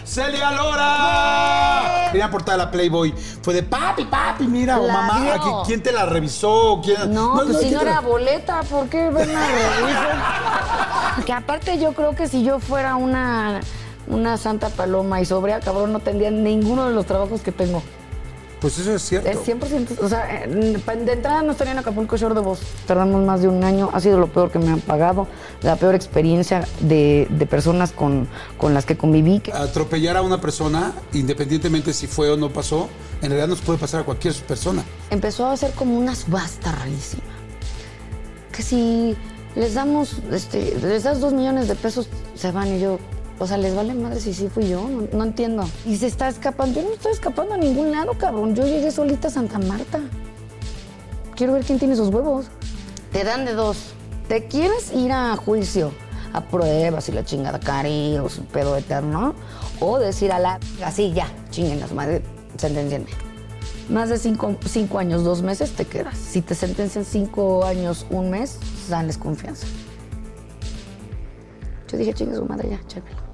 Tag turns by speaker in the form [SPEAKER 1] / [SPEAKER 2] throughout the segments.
[SPEAKER 1] ¡Celia Lora! Primera portada de la Playboy. Fue de papi, mira, o mamá. ¿Quién te la revisó? ¿Quién?
[SPEAKER 2] No, pues si no era boleta, ¿por qué ven a revisar? Que aparte yo creo que si yo fuera una santa paloma y sobria, cabrón, no tendría ninguno de los trabajos que tengo.
[SPEAKER 1] Pues eso es cierto.
[SPEAKER 2] Es 100%. O sea, de entrada no estaría en Acapulco Shore de Voz. Tardamos más de un año. Ha sido lo peor que me han pagado. La peor experiencia de personas con las que conviví.
[SPEAKER 1] Atropellar a una persona, independientemente si fue o no pasó, en realidad nos puede pasar a cualquier persona.
[SPEAKER 2] Empezó a ser como una subasta rarísima. Que si les damos, les das 2 millones de pesos, se van y yo... O sea, les vale madre si sí fui yo, no entiendo. Y se está escapando. Yo no estoy escapando a ningún lado, cabrón. Yo llegué solita a Santa Marta. Quiero ver quién tiene esos huevos. Te dan de 2. ¿Te quieres ir a juicio, a pruebas y la chingada cari o su pedo eterno? O decir a la... Así ya, chinguen las madres, sentencienme. Más de 5 años, 2 meses te quedas. Si te sentencian 5 años, 1 mes, dales confianza. Yo dije, chingue su madre ya, chévere.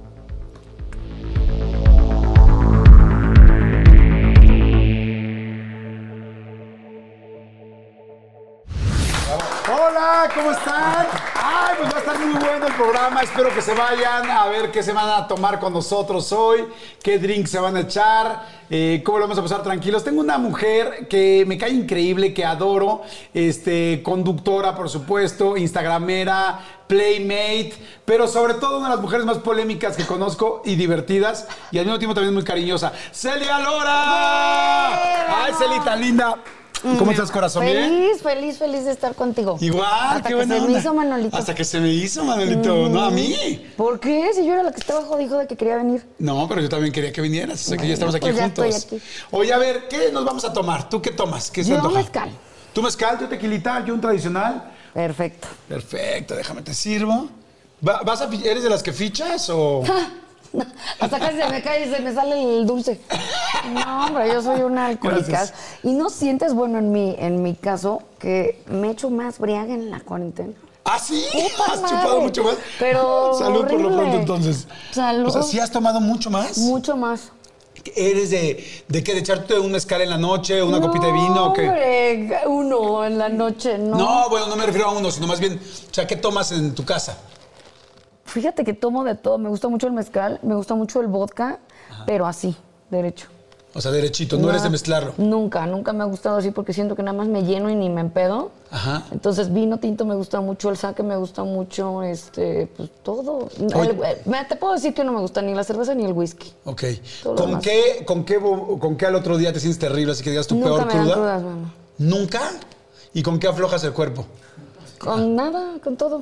[SPEAKER 1] Hola, ¿cómo están? Ay, pues va a estar muy bueno el programa. Espero que se vayan a ver qué se van a tomar con nosotros hoy, qué drinks se van a echar, cómo lo vamos a pasar tranquilos. Tengo una mujer que me cae increíble, que adoro, conductora, por supuesto, instagramera, playmate, pero sobre todo una de las mujeres más polémicas que conozco y divertidas, y al mismo tiempo también muy cariñosa. ¡Celia Lora! ¡Ay, Celita, linda! ¿Cómo estás, corazón? ¿Bien?
[SPEAKER 2] Feliz de estar contigo.
[SPEAKER 1] Igual,
[SPEAKER 2] hasta
[SPEAKER 1] qué
[SPEAKER 2] que
[SPEAKER 1] buena
[SPEAKER 2] se
[SPEAKER 1] onda.
[SPEAKER 2] me hizo Manolito.
[SPEAKER 1] Hasta que se me hizo Manolito, no a mí.
[SPEAKER 2] ¿Por qué? Si yo era la que estaba jodido de que quería venir.
[SPEAKER 1] No, pero yo también quería que vinieras, o sea que ya estamos aquí
[SPEAKER 2] pues ya
[SPEAKER 1] juntos.
[SPEAKER 2] estoy aquí.
[SPEAKER 1] Oye, a ver, ¿qué nos vamos a tomar? ¿Tú qué tomas? ¿Qué se
[SPEAKER 2] Yo
[SPEAKER 1] antoja?
[SPEAKER 2] mezcal.
[SPEAKER 1] ¿Tú mezcal? ¿Yo tequilita? ¿Yo un tradicional?
[SPEAKER 2] Perfecto.
[SPEAKER 1] Perfecto, déjame te sirvo. ¿Eres de las que fichas o...?
[SPEAKER 2] Hasta casi se me cae y se me sale el dulce. No, hombre, yo soy una alcohólica.
[SPEAKER 1] Gracias.
[SPEAKER 2] Y no sientes, bueno, en mi caso, que me echo más briaga en la cuarentena.
[SPEAKER 1] ¿Ah, sí?
[SPEAKER 2] Puta
[SPEAKER 1] ¿Has
[SPEAKER 2] madre.
[SPEAKER 1] chupado mucho más?
[SPEAKER 2] Pero
[SPEAKER 1] Salud por lo
[SPEAKER 2] horrible.
[SPEAKER 1] pronto, entonces.
[SPEAKER 2] Salud.
[SPEAKER 1] O sea, ¿sí has tomado mucho más?
[SPEAKER 2] Mucho más.
[SPEAKER 1] ¿Eres de qué? ¿De echarte un mezcal en la noche, una copita de vino o qué?
[SPEAKER 2] Hombre, uno en la noche, ¿no?
[SPEAKER 1] No, bueno, no me refiero a uno, sino más bien, o sea, ¿qué tomas en tu casa?
[SPEAKER 2] Fíjate que tomo de todo. Me gusta mucho el mezcal, me gusta mucho el vodka, pero así, derecho.
[SPEAKER 1] O sea, derechito, no eres de mezclarlo.
[SPEAKER 2] Nunca me ha gustado así porque siento que nada más me lleno y ni me empedo.
[SPEAKER 1] Ajá.
[SPEAKER 2] Entonces, vino tinto me gusta mucho, el sake me gusta mucho, pues todo. Te puedo decir que no me gusta ni la cerveza ni el whisky.
[SPEAKER 1] Ok.
[SPEAKER 2] Todo lo
[SPEAKER 1] ¿Con
[SPEAKER 2] demás.
[SPEAKER 1] qué al otro día te sientes terrible, así que digas tu
[SPEAKER 2] Nunca
[SPEAKER 1] peor
[SPEAKER 2] me dan
[SPEAKER 1] cruda?
[SPEAKER 2] crudas, mamá.
[SPEAKER 1] ¿Nunca? ¿Y con qué aflojas el cuerpo?
[SPEAKER 2] Con nada, con todo.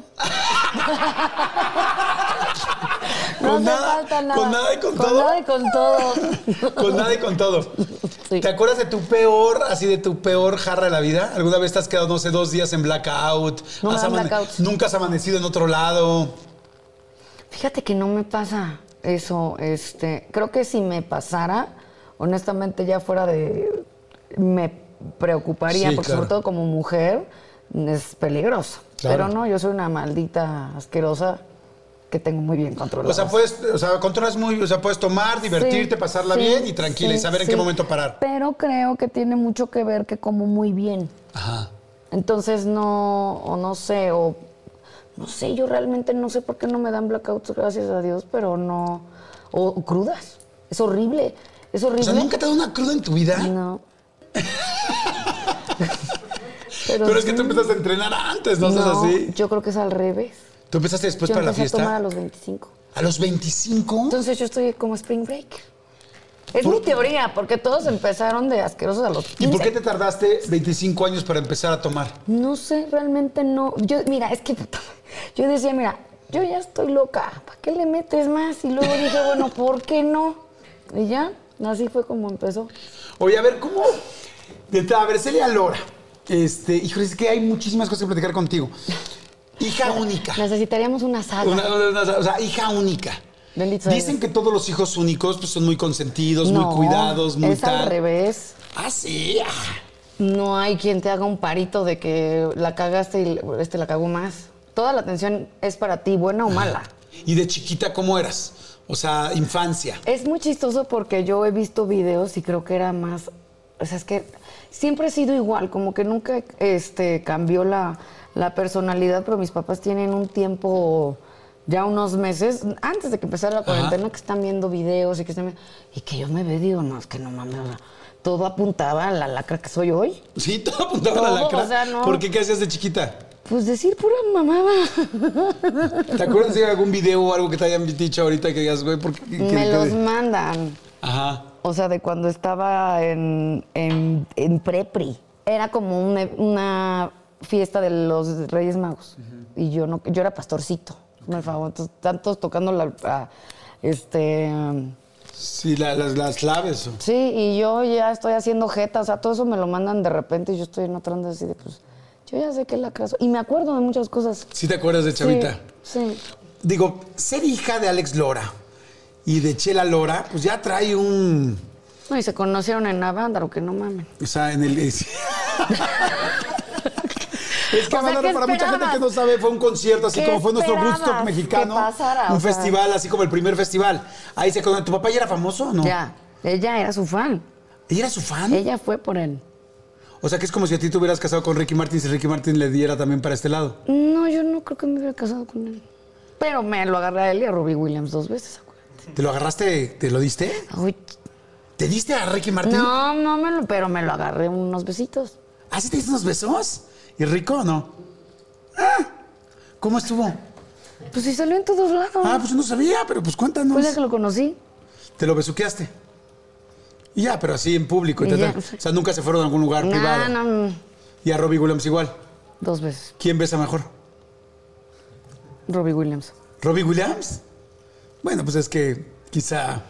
[SPEAKER 1] ¿Con
[SPEAKER 2] hace
[SPEAKER 1] nada?
[SPEAKER 2] falta nada.
[SPEAKER 1] ¿Con nada y con todo?
[SPEAKER 2] Con nada y con todo.
[SPEAKER 1] Con nada y con todo.
[SPEAKER 2] Sí.
[SPEAKER 1] ¿Te acuerdas de tu peor jarra de la vida? ¿Alguna vez te has quedado, no sé, 2 días en blackout?
[SPEAKER 2] No me dan blackouts.
[SPEAKER 1] ¿Nunca has amanecido en otro lado?
[SPEAKER 2] Fíjate que no me pasa eso. Creo que si me pasara, honestamente ya fuera de... Me preocuparía,
[SPEAKER 1] Sí,
[SPEAKER 2] porque
[SPEAKER 1] claro.
[SPEAKER 2] sobre todo como mujer es peligroso.
[SPEAKER 1] Claro.
[SPEAKER 2] Pero no, yo soy una maldita asquerosa que tengo muy bien controlado.
[SPEAKER 1] Controlas muy, puedes tomar, divertirte, pasarla bien y tranquila y saber en qué momento parar.
[SPEAKER 2] Pero creo que tiene mucho que ver que como muy bien.
[SPEAKER 1] Ajá.
[SPEAKER 2] Entonces no sé, yo realmente no sé por qué no me dan blackouts, gracias a Dios, pero no. O crudas. Es horrible. Es horrible.
[SPEAKER 1] O sea, ¿nunca te ha dado una cruda en tu vida?
[SPEAKER 2] No.
[SPEAKER 1] Pero es que tú empezaste a entrenar antes, ¿no? ¿Es así?
[SPEAKER 2] Yo creo que es al revés.
[SPEAKER 1] ¿Tú empezaste después
[SPEAKER 2] Yo
[SPEAKER 1] para la
[SPEAKER 2] empecé
[SPEAKER 1] fiesta?
[SPEAKER 2] a tomar a los 25.
[SPEAKER 1] ¿A los 25?
[SPEAKER 2] Entonces yo estoy como spring break. Es mi teoría, porque todos empezaron de asquerosos a los 15.
[SPEAKER 1] ¿Y por qué te tardaste 25 años para empezar a tomar?
[SPEAKER 2] No sé, realmente no. Mira, es que yo decía, mira, yo ya estoy loca, ¿para qué le metes más? Y luego dije, bueno, ¿por qué no? Y ya, así fue como empezó.
[SPEAKER 1] Oye, a ver, ¿cómo? A ver, Celia Lora. Híjole, es que hay muchísimas cosas que platicar contigo. Hija única.
[SPEAKER 2] Necesitaríamos una saga.
[SPEAKER 1] O sea, hija única.
[SPEAKER 2] Bendito
[SPEAKER 1] Dicen
[SPEAKER 2] Dios.
[SPEAKER 1] que todos los hijos únicos pues, son muy consentidos,
[SPEAKER 2] No,
[SPEAKER 1] muy cuidados, muy
[SPEAKER 2] es
[SPEAKER 1] tal.
[SPEAKER 2] al revés.
[SPEAKER 1] Ah, sí.
[SPEAKER 2] No hay quien te haga un parito de que la cagaste y la cagó más. Toda la atención es para ti, buena o mala.
[SPEAKER 1] ¿Y de chiquita cómo eras? O sea, infancia.
[SPEAKER 2] Es muy chistoso porque yo he visto videos y creo que era más... O sea, es que siempre he sido igual, como que nunca cambió la personalidad, pero mis papás tienen un tiempo, ya unos meses, antes de que empezara la cuarentena, que están viendo videos y que yo me veo y digo, no, es que no mames, o sea, todo apuntaba a la lacra que soy hoy.
[SPEAKER 1] Sí, todo apuntaba a la lacra.
[SPEAKER 2] O sea, no.
[SPEAKER 1] ¿Por qué? ¿Qué hacías de chiquita?
[SPEAKER 2] Pues decir pura mamada.
[SPEAKER 1] ¿Te acuerdas de algún video o algo que te hayan dicho ahorita que digas, güey, por qué?
[SPEAKER 2] Me los mandan.
[SPEAKER 1] Ajá.
[SPEAKER 2] O sea, de cuando estaba en Prepri. Era como una fiesta de los Reyes Magos. Y yo era pastorcito. Me favor. Entonces, están todos tocando
[SPEAKER 1] Sí, las claves.
[SPEAKER 2] Sí, y yo ya estoy haciendo jeta. O sea, todo eso me lo mandan de repente y yo estoy en otra onda así de, pues, yo ya sé que es la casa. Y me acuerdo de muchas cosas.
[SPEAKER 1] ¿Sí te acuerdas de chavita?
[SPEAKER 2] Sí.
[SPEAKER 1] Digo, ser hija de Alex Lora y de Chela Lora, pues ya trae un...
[SPEAKER 2] No, y se conocieron en Avándaro, que no mamen.
[SPEAKER 1] O sea, en el... Es que Avándaro, para mucha gente que no sabe, fue un concierto, así como fue nuestro Woodstock mexicano.
[SPEAKER 2] Que pasara,
[SPEAKER 1] un festival, así como el primer festival. Ahí se conoció. ¿Tu papá ya era famoso o no?
[SPEAKER 2] Ya, ella era su fan.
[SPEAKER 1] ¿Ella era su fan?
[SPEAKER 2] Ella fue por él.
[SPEAKER 1] O sea, que es como si a ti te hubieras casado con Ricky Martin si Ricky Martin le diera también para este lado.
[SPEAKER 2] No, yo no creo que me hubiera casado con él. Pero me lo agarré a él y a Robbie Williams 2 veces, acuérdate.
[SPEAKER 1] ¿Te lo agarraste? ¿Te lo diste?
[SPEAKER 2] Uy.
[SPEAKER 1] ¿Te diste a Ricky Martin?
[SPEAKER 2] No, pero me lo agarré unos besitos.
[SPEAKER 1] ¿Ah, sí te diste unos besos? ¿Y rico o no? ¿Cómo estuvo?
[SPEAKER 2] Pues sí salió en todos lados.
[SPEAKER 1] Pues yo no sabía, pero pues cuéntanos.
[SPEAKER 2] Pues ya que lo conocí.
[SPEAKER 1] ¿Te lo besuqueaste? Y ya, pero así en público.
[SPEAKER 2] Y ya,
[SPEAKER 1] o sea, nunca se fueron a algún lugar privado.
[SPEAKER 2] No.
[SPEAKER 1] ¿Y a Robbie Williams igual?
[SPEAKER 2] 2 veces.
[SPEAKER 1] ¿Quién besa mejor?
[SPEAKER 2] Robbie Williams.
[SPEAKER 1] ¿Robbie Williams? Bueno, pues es que quizá...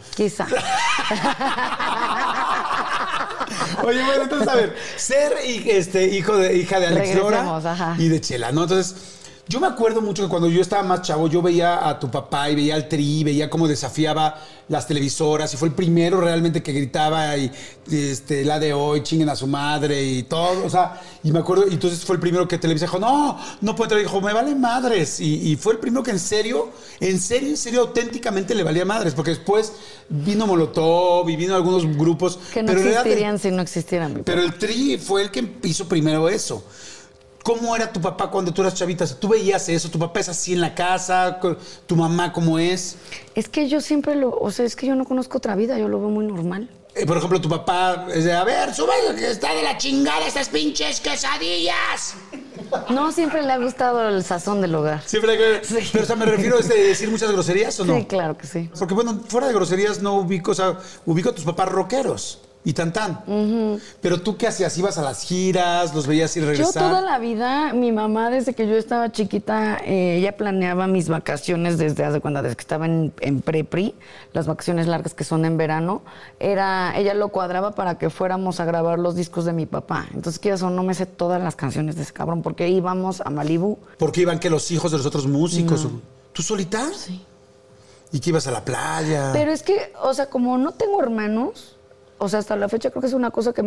[SPEAKER 1] Oye, bueno, entonces, a ver, ser hija de Alex Lora y de Chela, ¿no? Entonces, yo me acuerdo mucho que cuando yo estaba más chavo, yo veía a tu papá y veía al Tri, veía cómo desafiaba las televisoras y fue el primero realmente que gritaba y la de hoy, chinguen a su madre y todo, o sea, y me acuerdo, y entonces fue el primero que Televisa dijo, no puede entrar, dijo, me vale madres, y fue el primero que en serio, auténticamente le valía madres, porque después vino Molotov y vino algunos grupos.
[SPEAKER 2] Que no existirían si no existieran mi papá.
[SPEAKER 1] Pero el Tri fue el que hizo primero eso. ¿Cómo era tu papá cuando tú eras chavita? ¿Tú veías eso? ¿Tu papá es así en la casa? ¿Tu mamá cómo es?
[SPEAKER 2] Es que yo siempre es que yo no conozco otra vida, yo lo veo muy normal.
[SPEAKER 1] Por ejemplo, tu papá es de, a ver, sube, que está de la chingada estas pinches quesadillas.
[SPEAKER 2] No, siempre le ha gustado el sazón del hogar.
[SPEAKER 1] Siempre que... Sí. Pero, o sea, me refiero a decir muchas groserías, ¿o no?
[SPEAKER 2] Sí, claro que sí.
[SPEAKER 1] Porque, bueno, fuera de groserías no ubico, o sea, ubico a tus papás rockeros. Y tan. Pero tú, ¿qué hacías? ¿Ibas a las giras? ¿Los veías y regresar?
[SPEAKER 2] Yo toda la vida, mi mamá, desde que yo estaba chiquita, ella planeaba mis vacaciones desde que estaba en Prepri, las vacaciones largas que son en verano. Ella lo cuadraba para que fuéramos a grabar los discos de mi papá. Entonces, quieras o no, me sé todas las canciones de ese cabrón, porque íbamos a Malibú.
[SPEAKER 1] ¿Por qué iban que los hijos de los otros músicos? No. ¿Tú solita?
[SPEAKER 2] Sí.
[SPEAKER 1] ¿Y que ibas a la playa?
[SPEAKER 2] Pero es que, o sea, como no tengo hermanos... O sea, hasta la fecha creo que es una cosa que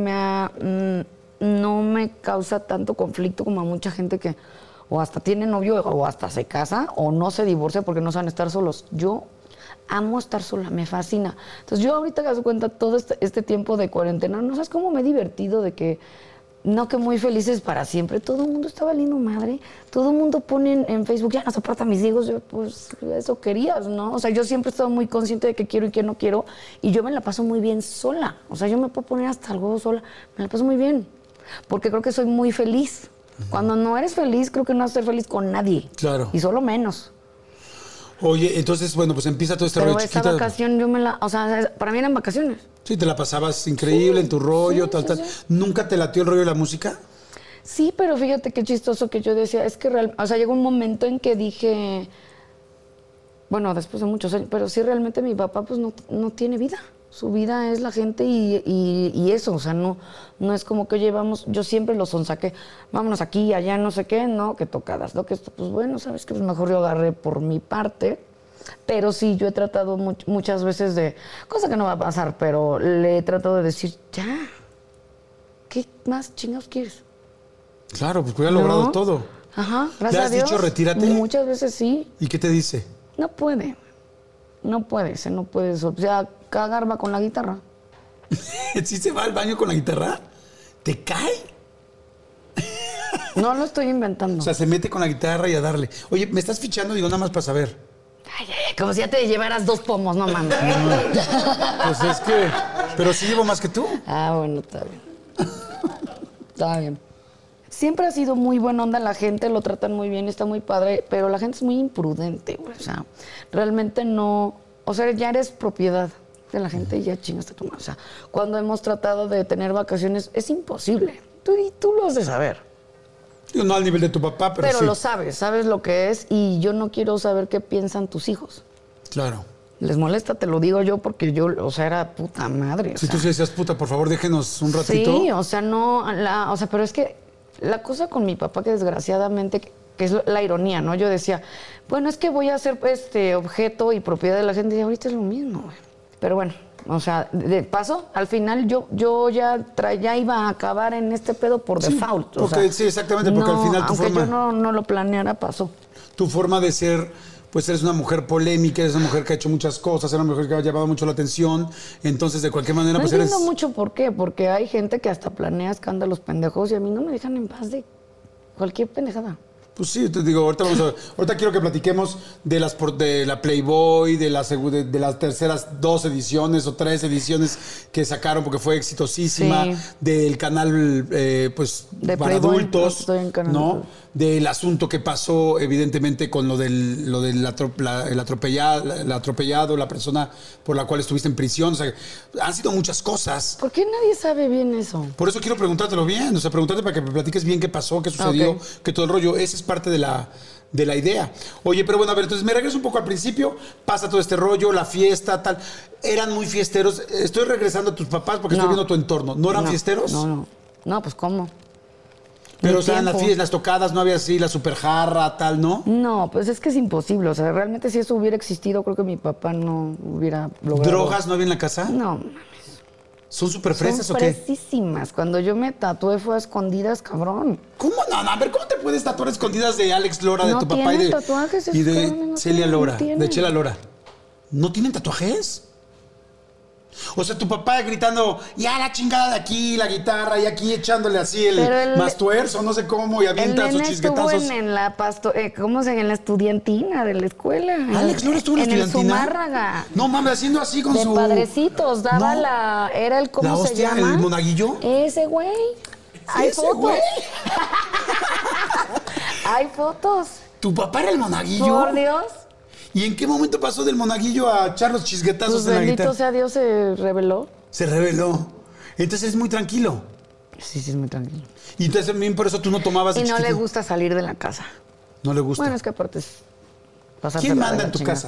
[SPEAKER 2] no me causa tanto conflicto como a mucha gente que o hasta tiene novio o hasta se casa o no se divorcia porque no saben estar solos. Yo amo estar sola, me fascina. Entonces yo ahorita que das cuenta todo este tiempo de cuarentena, no sabes cómo me he divertido de que que muy felices para siempre. Todo el mundo está valiendo madre. Todo el mundo pone en Facebook, ya no soporta a mis hijos. Yo, pues, eso querías, ¿no? O sea, yo siempre he estado muy consciente de qué quiero y qué no quiero. Y yo me la paso muy bien sola. O sea, yo me puedo poner hasta algo sola. Me la paso muy bien. Porque creo que soy muy feliz. Cuando no eres feliz, creo que no vas a ser feliz con nadie.
[SPEAKER 1] Claro.
[SPEAKER 2] Y solo menos.
[SPEAKER 1] Oye, entonces, bueno, pues empieza todo este rollo chiquita.
[SPEAKER 2] Pero esta vacación o sea, para mí eran vacaciones.
[SPEAKER 1] Sí, te la pasabas increíble en tu rollo, tal. ¿Nunca te latió el rollo de la música?
[SPEAKER 2] Sí, pero fíjate qué chistoso que yo decía, es que o sea, llegó un momento en que dije, bueno, después de muchos años, pero sí realmente mi papá pues no tiene vida. Su vida es la gente y eso, o sea, no es como que yo siempre lo sonsaqué, vámonos aquí, allá, no sé qué, no, que tocadas, no, que esto, pues bueno, sabes que pues mejor yo agarré por mi parte, pero sí, yo he tratado muchas veces de, cosa que no va a pasar, pero le he tratado de decir, ya, ¿qué más chingados quieres?
[SPEAKER 1] Claro, pues ya he logrado todo.
[SPEAKER 2] Ajá, gracias a Dios.
[SPEAKER 1] ¿Le has dicho retírate?
[SPEAKER 2] Muchas veces sí.
[SPEAKER 1] ¿Y qué te dice?
[SPEAKER 2] No puede. No puedes, no puedes. O sea, cagar va con la guitarra.
[SPEAKER 1] ¿Sí se va al baño con la guitarra? ¿Te cae?
[SPEAKER 2] No lo estoy inventando.
[SPEAKER 1] O sea, se mete con la guitarra y a darle. Oye, ¿me estás fichando? Digo, nada más para saber.
[SPEAKER 2] Ay, como si ya te llevaras 2 pomos, no mames.
[SPEAKER 1] Pues es que... Pero sí llevo más que tú.
[SPEAKER 2] Ah, bueno, está bien. Está bien. Siempre ha sido muy buena onda la gente, lo tratan muy bien, está muy padre, pero la gente es muy imprudente, güey. O sea, realmente no... O sea, ya eres propiedad de la gente y ya chingaste tu madre. O sea, cuando hemos tratado de tener vacaciones, es imposible. Tú lo has de saber.
[SPEAKER 1] No al nivel de tu papá, pero sí.
[SPEAKER 2] Lo sabes lo que es y yo no quiero saber qué piensan tus hijos.
[SPEAKER 1] Claro.
[SPEAKER 2] Les molesta, te lo digo yo, porque yo, o sea, era puta madre.
[SPEAKER 1] Si tú sí decías, puta, por favor, déjenos un ratito.
[SPEAKER 2] Sí, o sea, no, o sea, pero es que la cosa con mi papá, que desgraciadamente, que es la ironía, ¿no? Yo decía, bueno, es que voy a ser objeto y propiedad de la gente y ahorita es lo mismo, güey. Pero bueno, o sea, de paso, al final yo ya iba a acabar en este pedo por default.
[SPEAKER 1] Porque,
[SPEAKER 2] o sea,
[SPEAKER 1] sí, exactamente, porque al final tu
[SPEAKER 2] aunque
[SPEAKER 1] forma...
[SPEAKER 2] yo no lo planeara, pasó.
[SPEAKER 1] Tu forma de ser, pues eres una mujer polémica, eres una mujer que ha hecho muchas cosas, eres una mujer que ha llamado mucho la atención, entonces de cualquier manera,
[SPEAKER 2] No
[SPEAKER 1] pues
[SPEAKER 2] entiendo
[SPEAKER 1] eres...
[SPEAKER 2] mucho por qué, porque hay gente que hasta planea escándalos pendejos y a mí no me dejan en paz de cualquier pendejada.
[SPEAKER 1] Pues sí, te digo, ahorita quiero que platiquemos de la Playboy, de las terceras 2 ediciones o 3 ediciones que sacaron porque fue exitosísima,
[SPEAKER 2] Sí.
[SPEAKER 1] del canal pues
[SPEAKER 2] De
[SPEAKER 1] para
[SPEAKER 2] Playboy,
[SPEAKER 1] adultos,
[SPEAKER 2] estoy en canal
[SPEAKER 1] ¿no?
[SPEAKER 2] de-
[SPEAKER 1] Del asunto que pasó evidentemente con el atropellado, la persona por la cual estuviste en prisión, o sea, han sido muchas cosas.
[SPEAKER 2] ¿Por qué nadie sabe bien eso?
[SPEAKER 1] Por eso quiero preguntártelo bien, o sea, preguntarte para que me platiques bien qué pasó, qué sucedió,
[SPEAKER 2] Ok.
[SPEAKER 1] que todo el rollo. Esa es parte de la idea. Oye, pero bueno, a ver, entonces me regreso un poco al principio, pasa todo este rollo, la fiesta, tal. Eran muy fiesteros. Estoy regresando a tus papás porque estoy
[SPEAKER 2] No.
[SPEAKER 1] viendo tu entorno. ¿No eran fiesteros?
[SPEAKER 2] No. No, pues ¿cómo?
[SPEAKER 1] Pero,
[SPEAKER 2] Ni
[SPEAKER 1] o sea, en las
[SPEAKER 2] tiempo.
[SPEAKER 1] fiestas, las tocadas, no había así la superjarra, tal, ¿no?
[SPEAKER 2] No, pues es que es imposible. O sea, realmente si eso hubiera existido, creo que mi papá no hubiera logrado.
[SPEAKER 1] ¿Drogas no había en la casa?
[SPEAKER 2] No,
[SPEAKER 1] ¿Son súper
[SPEAKER 2] son
[SPEAKER 1] fresas o qué?
[SPEAKER 2] fresísimas. Cuando yo me tatué fue a escondidas, cabrón.
[SPEAKER 1] ¿Cómo? No, a ver, ¿cómo te puedes tatuar escondidas de Alex Lora, de
[SPEAKER 2] No
[SPEAKER 1] tu papá y
[SPEAKER 2] tienen
[SPEAKER 1] de,
[SPEAKER 2] tatuajes, esos
[SPEAKER 1] y de
[SPEAKER 2] cabrones no
[SPEAKER 1] Celia
[SPEAKER 2] tienen,
[SPEAKER 1] Lora,
[SPEAKER 2] no tienen.
[SPEAKER 1] de Chela Lora? ¿No tienen tatuajes? O sea, tu papá gritando, ya la chingada de aquí, la guitarra, y aquí echándole así
[SPEAKER 2] Pero el-
[SPEAKER 1] más tuerzo, no sé cómo, y
[SPEAKER 2] El
[SPEAKER 1] avienta sus
[SPEAKER 2] nene estuvo
[SPEAKER 1] chisguetazos.
[SPEAKER 2] en la ¿cómo se llama? En la estudiantina de la escuela.
[SPEAKER 1] Alex Lora estuvo en la
[SPEAKER 2] el
[SPEAKER 1] estudiantina.
[SPEAKER 2] Zumárraga.
[SPEAKER 1] No mames, haciendo así con
[SPEAKER 2] De
[SPEAKER 1] su...
[SPEAKER 2] padrecitos, daba
[SPEAKER 1] No.
[SPEAKER 2] era el, ¿cómo
[SPEAKER 1] ¿La
[SPEAKER 2] se
[SPEAKER 1] hostia,
[SPEAKER 2] llama?
[SPEAKER 1] el monaguillo?
[SPEAKER 2] Ese güey. Hay
[SPEAKER 1] ese
[SPEAKER 2] fotos.
[SPEAKER 1] güey.
[SPEAKER 2] Hay fotos.
[SPEAKER 1] ¿Tu papá era el monaguillo?
[SPEAKER 2] Por Dios.
[SPEAKER 1] ¿Y en qué momento pasó del monaguillo a echar los chisguetazos
[SPEAKER 2] Pues
[SPEAKER 1] en la
[SPEAKER 2] bendito
[SPEAKER 1] guitarra?
[SPEAKER 2] sea Dios, se reveló.
[SPEAKER 1] Se reveló. Entonces es muy tranquilo.
[SPEAKER 2] Sí, es muy tranquilo.
[SPEAKER 1] Y entonces también por eso tú no tomabas de
[SPEAKER 2] Y no le
[SPEAKER 1] chiquito.
[SPEAKER 2] gusta salir de la casa.
[SPEAKER 1] No le gusta.
[SPEAKER 2] Bueno, es que aparte es pasarse
[SPEAKER 1] ¿Quién
[SPEAKER 2] la
[SPEAKER 1] manda
[SPEAKER 2] de
[SPEAKER 1] en
[SPEAKER 2] la
[SPEAKER 1] tu
[SPEAKER 2] chingada.
[SPEAKER 1] casa?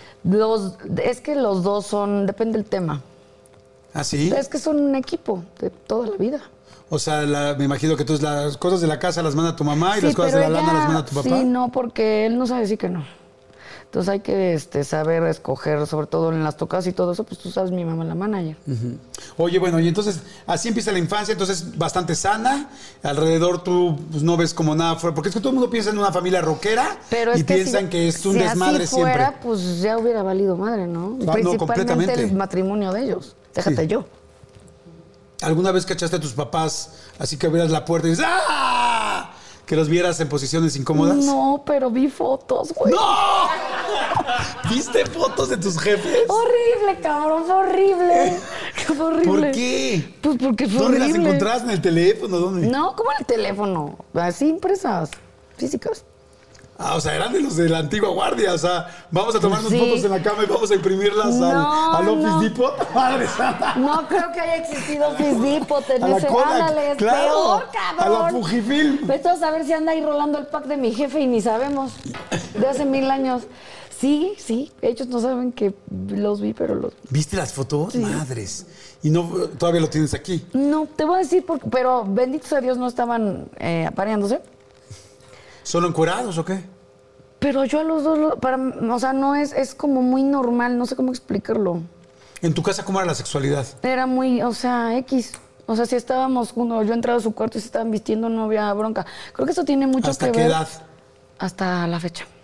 [SPEAKER 2] Es que los dos son, depende del tema.
[SPEAKER 1] ¿Ah, sí?
[SPEAKER 2] Es que son un equipo de toda la vida.
[SPEAKER 1] O sea, me imagino que entonces las cosas de la casa las manda tu mamá y
[SPEAKER 2] Sí,
[SPEAKER 1] las cosas de
[SPEAKER 2] pero
[SPEAKER 1] la lana
[SPEAKER 2] ella-
[SPEAKER 1] las manda tu papá.
[SPEAKER 2] Sí, no, porque él no sabe decir que no. Entonces hay que saber escoger, sobre todo en las tocadas y todo eso, pues tú sabes, mi mamá es la manager.
[SPEAKER 1] Oye, bueno, y entonces así empieza la infancia, entonces bastante sana. Alrededor tú pues, no ves como nada fuera, porque es que todo el mundo piensa en una familia rockera
[SPEAKER 2] Pero es
[SPEAKER 1] y
[SPEAKER 2] que
[SPEAKER 1] piensan
[SPEAKER 2] si,
[SPEAKER 1] que es un
[SPEAKER 2] si
[SPEAKER 1] desmadre
[SPEAKER 2] así fuera,
[SPEAKER 1] siempre.
[SPEAKER 2] pues ya hubiera valido madre, ¿no?
[SPEAKER 1] Ah, no,
[SPEAKER 2] Principalmente
[SPEAKER 1] completamente.
[SPEAKER 2] el matrimonio de ellos. Déjate
[SPEAKER 1] Sí.
[SPEAKER 2] yo.
[SPEAKER 1] ¿Alguna vez cachaste a tus papás así que abrieras la puerta y dices ¡ah! Que los vieras en posiciones incómodas?
[SPEAKER 2] No, pero vi fotos, güey.
[SPEAKER 1] ¡No! ¿Viste fotos de tus jefes?
[SPEAKER 2] Horrible, cabrón, fue horrible. Fue horrible.
[SPEAKER 1] ¿Por qué?
[SPEAKER 2] Pues porque fue
[SPEAKER 1] ¿Dónde
[SPEAKER 2] horrible.
[SPEAKER 1] las encontraste? ¿En el teléfono? ¿Dónde?
[SPEAKER 2] No, como en el teléfono. Así impresas, físicas.
[SPEAKER 1] Ah, o sea, eran de los de la antigua guardia. O sea, vamos a tomarnos
[SPEAKER 2] Sí.
[SPEAKER 1] fotos en la cama y vamos a imprimirlas
[SPEAKER 2] No,
[SPEAKER 1] al Office
[SPEAKER 2] no.
[SPEAKER 1] Depot. Madre santa.
[SPEAKER 2] No creo que haya existido Office Depot en
[SPEAKER 1] A la
[SPEAKER 2] ese.
[SPEAKER 1] Kodak,
[SPEAKER 2] Ándale, es
[SPEAKER 1] claro.
[SPEAKER 2] peor,
[SPEAKER 1] A
[SPEAKER 2] cabrón.
[SPEAKER 1] la Fujifilm.
[SPEAKER 2] Vete a saber si anda ahí rolando el pack de mi jefe y ni sabemos. De hace 1000 años. Sí, ellos no saben que los vi, pero los...
[SPEAKER 1] ¿Viste las fotos?
[SPEAKER 2] Sí.
[SPEAKER 1] Madres. Y no, todavía lo tienes aquí.
[SPEAKER 2] No, te voy a decir, pero bendito sea Dios no estaban apareándose.
[SPEAKER 1] ¿Solo encuerados o qué?
[SPEAKER 2] Pero yo a los dos, o sea, no es como muy normal, no sé cómo explicarlo.
[SPEAKER 1] ¿En tu casa cómo era la sexualidad?
[SPEAKER 2] Era muy, o sea, X. O sea, si estábamos juntos, yo entraba a su cuarto y se estaban vistiendo, no había bronca. Creo que eso tiene mucho
[SPEAKER 1] ¿Hasta
[SPEAKER 2] que
[SPEAKER 1] qué
[SPEAKER 2] ver.
[SPEAKER 1] edad?
[SPEAKER 2] Hasta la fecha.
[SPEAKER 1] O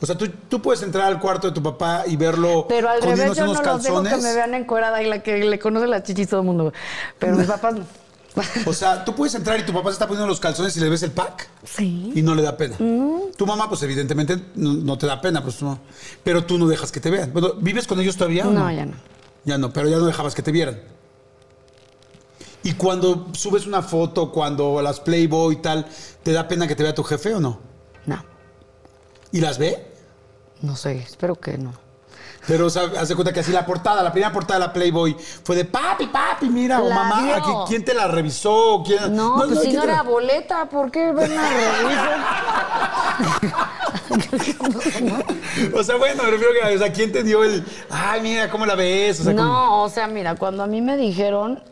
[SPEAKER 1] O sea, tú puedes entrar al cuarto de tu papá y verlo
[SPEAKER 2] Pero al revés,
[SPEAKER 1] poniéndose
[SPEAKER 2] yo no
[SPEAKER 1] unos
[SPEAKER 2] los dejo
[SPEAKER 1] calzones.
[SPEAKER 2] que me vean encuerada y la que le conoce las chichis todo el mundo. Pero mis papás no.
[SPEAKER 1] O sea, tú puedes entrar y tu papá se está poniendo los calzones y le ves el pack.
[SPEAKER 2] Sí.
[SPEAKER 1] Y no le da pena. Tu mamá, pues evidentemente no te da pena, pues no. Pero tú no dejas que te vean. Bueno, ¿vives con ellos todavía o no?
[SPEAKER 2] No, ya no.
[SPEAKER 1] Ya no, pero ya no dejabas que te vieran. Y cuando subes una foto, cuando las Playboy y tal, ¿te da pena que te vea tu jefe o no?
[SPEAKER 2] No.
[SPEAKER 1] ¿Y las ve?
[SPEAKER 2] No sé, espero que no.
[SPEAKER 1] Pero, o sea, haz de cuenta que así la primera portada de la Playboy fue de papi, mira, o
[SPEAKER 2] La
[SPEAKER 1] mamá,
[SPEAKER 2] vio.
[SPEAKER 1] ¿quién te la revisó? ¿Quién?
[SPEAKER 2] No, pues si
[SPEAKER 1] ¿quién
[SPEAKER 2] no
[SPEAKER 1] te la-
[SPEAKER 2] era boleta, ¿por qué ven a revisar?
[SPEAKER 1] O sea, bueno, me refiero que, o sea, ¿quién te dio el, ay, mira, cómo la ves? O sea, como-
[SPEAKER 2] No, o sea, mira, cuando a mí me dijeron,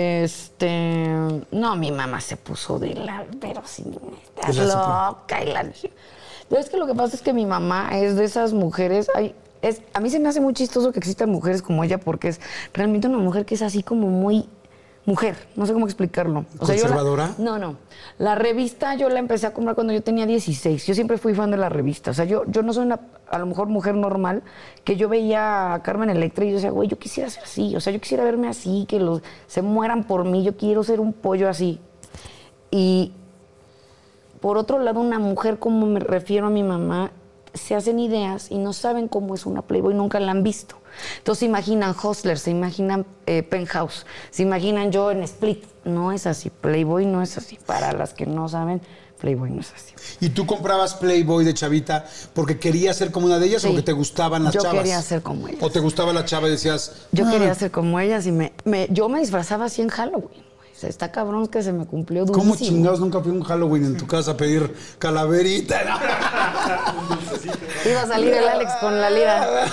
[SPEAKER 2] no, mi mamá se puso de la, pero sí, estás
[SPEAKER 1] De la
[SPEAKER 2] loca. Pero es que lo que pasa es que mi mamá es de esas mujeres, a mí se me hace muy chistoso que existan mujeres como ella porque es realmente una mujer que es así como muy mujer, no sé cómo explicarlo. O sea,
[SPEAKER 1] ¿Conservadora?
[SPEAKER 2] No. La revista yo la empecé a comprar cuando yo tenía 16. Yo siempre fui fan de la revista. O sea, yo no soy una, a lo mejor, mujer normal, que yo veía a Carmen Electra y yo decía, güey, yo quisiera ser así. O sea, yo quisiera verme así, que se mueran por mí. Yo quiero ser un pollo así. Y por otro lado, una mujer, como me refiero a mi mamá, se hacen ideas y no saben cómo es una Playboy, nunca la han visto. Entonces se imaginan Hustler, se imaginan Penthouse, se imaginan yo en Split. No es así, Playboy no es así. Para las que no saben, Playboy no es así.
[SPEAKER 1] ¿Y tú comprabas Playboy de chavita porque querías ser como una de ellas
[SPEAKER 2] Sí.
[SPEAKER 1] o porque te gustaban las chavas?
[SPEAKER 2] Yo quería ser como ellas.
[SPEAKER 1] ¿O te gustaba la chava y decías...
[SPEAKER 2] Yo quería ser como ellas y yo me disfrazaba así en Halloween. Güey. O sea, está cabrón que se me cumplió durísimo.
[SPEAKER 1] ¿Cómo chingados nunca fui a un Halloween en tu casa a pedir calaverita?
[SPEAKER 2] Iba a salir el Alex con la lira.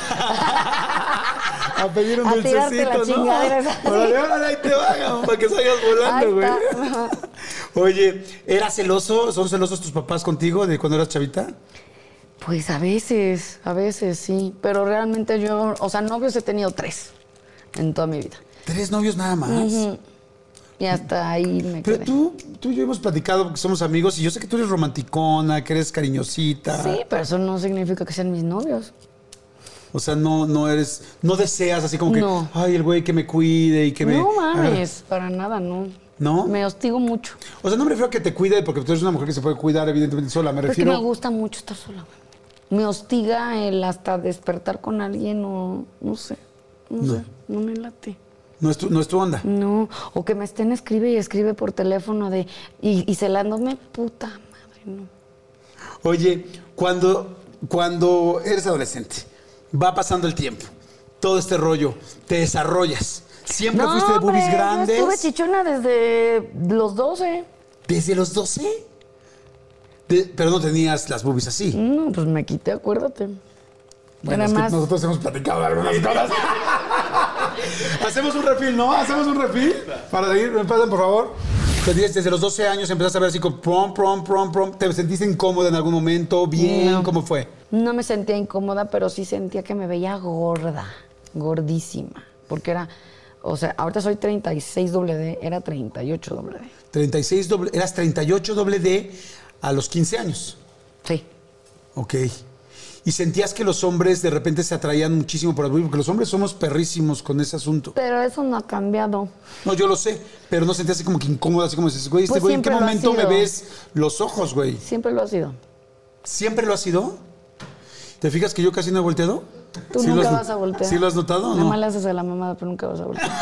[SPEAKER 1] A pedir un
[SPEAKER 2] A
[SPEAKER 1] dulcecito,
[SPEAKER 2] tirarte la
[SPEAKER 1] ¿no?
[SPEAKER 2] chingadera esa.
[SPEAKER 1] Órale, ahí te va, para que salgas volando, güey.
[SPEAKER 2] Ahí está.
[SPEAKER 1] Oye, ¿eras celoso? ¿Son celosos tus papás contigo de cuando eras chavita?
[SPEAKER 2] Pues a veces sí. Pero realmente yo, o sea, novios he tenido 3 en toda mi vida.
[SPEAKER 1] 3 novios nada más.
[SPEAKER 2] Y hasta ahí me
[SPEAKER 1] Pero
[SPEAKER 2] quedé.
[SPEAKER 1] tú y yo hemos platicado porque somos amigos y yo sé que tú eres romanticona, que eres cariñosita.
[SPEAKER 2] Sí, pero eso no significa que sean mis novios.
[SPEAKER 1] O sea, no deseas así como que,
[SPEAKER 2] No.
[SPEAKER 1] ay, el güey que me cuide y que me...
[SPEAKER 2] No mames, para nada, no.
[SPEAKER 1] ¿No?
[SPEAKER 2] Me hostigo mucho.
[SPEAKER 1] O sea, no me refiero a que te cuide porque tú eres una mujer que se puede cuidar evidentemente sola, me
[SPEAKER 2] Pero es que
[SPEAKER 1] refiero...
[SPEAKER 2] me gusta mucho estar sola, güey. Me hostiga el hasta despertar con alguien o no sé, no me late.
[SPEAKER 1] No es tu onda.
[SPEAKER 2] No, o que me estén escribe y escribe por teléfono y celándome, puta madre, no.
[SPEAKER 1] Oye, cuando eres adolescente, va pasando el tiempo, todo este rollo, te desarrollas. ¿Siempre fuiste de boobies
[SPEAKER 2] hombre,
[SPEAKER 1] grandes?
[SPEAKER 2] Yo estuve chichona desde los 12.
[SPEAKER 1] ¿Desde los 12? Pero no tenías las boobies así.
[SPEAKER 2] No, pues me quité, acuérdate.
[SPEAKER 1] Bueno,
[SPEAKER 2] Era
[SPEAKER 1] es que
[SPEAKER 2] más.
[SPEAKER 1] nosotros hemos platicado de algunas cosas. Hacemos un refil, ¿no? Hacemos un refil para seguir. ¿Me pasan, por favor? Desde los 12 años empezaste a ver así con prom. ¿Te sentiste incómoda en algún momento? ¿Bien?
[SPEAKER 2] No.
[SPEAKER 1] ¿Cómo fue?
[SPEAKER 2] No me sentía incómoda, pero sí sentía que me veía gorda, gordísima. Porque era, o sea, ahorita soy 36 doble D, era 38 doble D.
[SPEAKER 1] 36 doble, eras 38 doble D a los 15 años.
[SPEAKER 2] Sí.
[SPEAKER 1] Ok. ¿Y sentías que los hombres de repente se atraían muchísimo por el boobies? Porque los hombres somos perrísimos con ese asunto.
[SPEAKER 2] Pero eso no ha cambiado.
[SPEAKER 1] No, yo lo sé, pero no sentías así como que incómoda, así como dices, güey,
[SPEAKER 2] Pues
[SPEAKER 1] güey, ¿en qué
[SPEAKER 2] siempre lo ha
[SPEAKER 1] momento me
[SPEAKER 2] sido.
[SPEAKER 1] ves los ojos, güey?
[SPEAKER 2] Siempre lo ha sido.
[SPEAKER 1] ¿Siempre lo ha sido? ¿Te fijas que yo casi no he volteado?
[SPEAKER 2] Tú
[SPEAKER 1] ¿Sí
[SPEAKER 2] nunca
[SPEAKER 1] lo has-
[SPEAKER 2] vas a voltear.
[SPEAKER 1] ¿Sí lo has notado o
[SPEAKER 2] Nada
[SPEAKER 1] no?
[SPEAKER 2] más le haces a la mamada, pero nunca vas a voltear.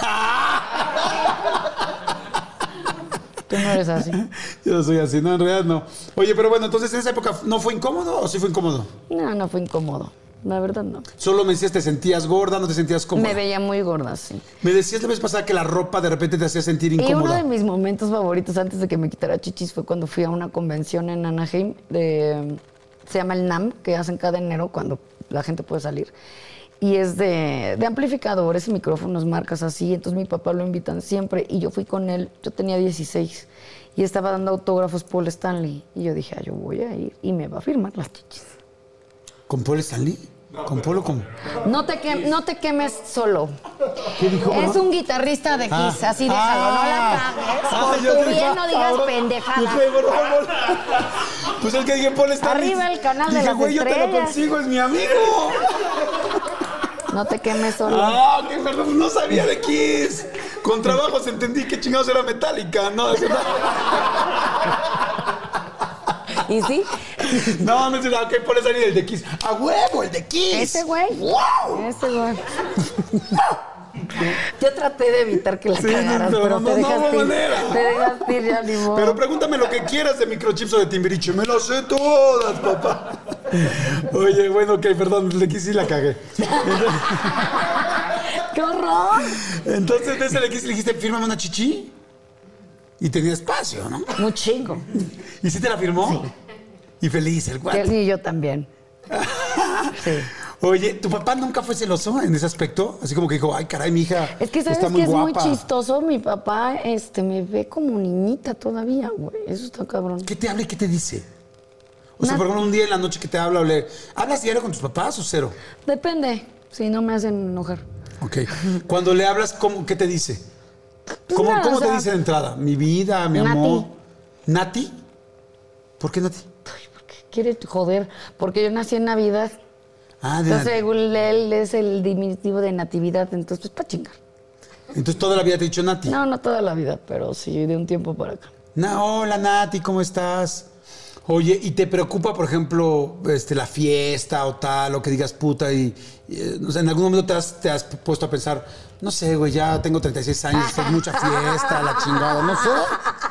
[SPEAKER 2] Tú no eres así.
[SPEAKER 1] Yo no soy así, no, en realidad no. Oye, pero bueno, entonces en esa época, ¿no fue incómodo o sí fue incómodo?
[SPEAKER 2] No fue incómodo. La verdad, no.
[SPEAKER 1] Solo me decías, ¿te sentías gorda, no te sentías cómoda?
[SPEAKER 2] Me veía muy gorda, sí.
[SPEAKER 1] Me decías la vez pasada que la ropa de repente te hacía sentir
[SPEAKER 2] Y uno
[SPEAKER 1] incómoda.
[SPEAKER 2] de mis momentos favoritos antes de que me quitara chichis fue cuando fui a una convención en Anaheim, se llama el NAMM, que hacen cada enero cuando la gente puede salir. Y es de amplificadores, micrófonos, marcas así. Entonces mi papá lo invitan siempre y yo fui con él, yo tenía 16 y estaba dando autógrafos Paul Stanley. Y yo dije, yo voy a ir y me va a firmar las chichis.
[SPEAKER 1] ¿Con Paul Stanley? ¿Con Paul o con...?
[SPEAKER 2] No te quemes solo.
[SPEAKER 1] ¿Qué dijo,
[SPEAKER 2] Es
[SPEAKER 1] mamá?
[SPEAKER 2] un guitarrista de Kiss, así déjalo, no la cagues. Por
[SPEAKER 1] yo
[SPEAKER 2] tu
[SPEAKER 1] dije,
[SPEAKER 2] bien no digas
[SPEAKER 1] ahora-
[SPEAKER 2] pendejadas.
[SPEAKER 1] Dije, por favor. Pues el que dije, ponle Stanley.
[SPEAKER 2] Arriba el canal de
[SPEAKER 1] dije,
[SPEAKER 2] las
[SPEAKER 1] güey, yo te lo
[SPEAKER 2] estrellas.
[SPEAKER 1] consigo, es mi amigo.
[SPEAKER 2] No te quemes solo.
[SPEAKER 1] Ah, qué perdón, no sabía de Kiss. Con trabajos entendí que chingados era Metallica, ¿no?
[SPEAKER 2] ¿Y sí?
[SPEAKER 1] No, ok, ponle Stanley el de Kiss. ¡A huevo, el de Kiss!
[SPEAKER 2] Ese güey.
[SPEAKER 1] ¡Wow!
[SPEAKER 2] Ese güey. Yo traté de evitar que la
[SPEAKER 1] Sí,
[SPEAKER 2] cagaras,
[SPEAKER 1] no,
[SPEAKER 2] pero
[SPEAKER 1] no,
[SPEAKER 2] te
[SPEAKER 1] no
[SPEAKER 2] dejaste
[SPEAKER 1] hubo
[SPEAKER 2] ir.
[SPEAKER 1] manera.
[SPEAKER 2] Te dejaste ir, ya ni modo.
[SPEAKER 1] Pero pregúntame lo que quieras de microchips o de Timbiriche. Me las sé todas, papá. Oye, bueno, ok, perdón, le quise y la cagué.
[SPEAKER 2] ¡Qué horror!
[SPEAKER 1] Entonces, de ese le quise y le dijiste, fírmame una chichi. Y tenía espacio, ¿no?
[SPEAKER 2] Un chingo.
[SPEAKER 1] ¿Y sí te la firmó? Sí. Y feliz el cuate.
[SPEAKER 2] Y yo también. Sí.
[SPEAKER 1] Oye, ¿tu papá nunca fue celoso en ese aspecto? Así como que dijo, ay, caray, mi hija
[SPEAKER 2] Es que, ¿sabes
[SPEAKER 1] está
[SPEAKER 2] que
[SPEAKER 1] muy
[SPEAKER 2] es
[SPEAKER 1] guapa.
[SPEAKER 2] muy chistoso? Mi papá me ve como niñita todavía, güey. Eso está cabrón.
[SPEAKER 1] ¿Qué te habla y qué te dice? O sea,
[SPEAKER 2] Una-
[SPEAKER 1] por ejemplo, un día en la noche que te habla o le... ¿Hablas diario con tus papás o cero?
[SPEAKER 2] Depende. Si no me hacen enojar.
[SPEAKER 1] Ok. Cuando le hablas, ¿qué te dice? ¿Cómo,
[SPEAKER 2] nada,
[SPEAKER 1] cómo
[SPEAKER 2] o
[SPEAKER 1] te
[SPEAKER 2] sea,
[SPEAKER 1] dice de entrada? Mi vida, mi
[SPEAKER 2] Nati.
[SPEAKER 1] amor. ¿Nati? ¿Por qué Nati?
[SPEAKER 2] Ay, ¿por qué quiere joder? Porque yo nací en Navidad.
[SPEAKER 1] Ah, de
[SPEAKER 2] Entonces,
[SPEAKER 1] Nati.
[SPEAKER 2] según él, es el diminutivo de natividad. Entonces, pues, para chingar.
[SPEAKER 1] Entonces toda la vida te he dicho Nati.
[SPEAKER 2] No, no toda la vida, pero sí de un tiempo para acá.
[SPEAKER 1] Hola Nati, ¿cómo estás? Oye, ¿y te preocupa, por ejemplo, la fiesta o tal, o que digas puta no sé, en algún momento te has puesto a pensar, no sé, güey, ya tengo 36 años, es mucha fiesta, la chingada, no sé?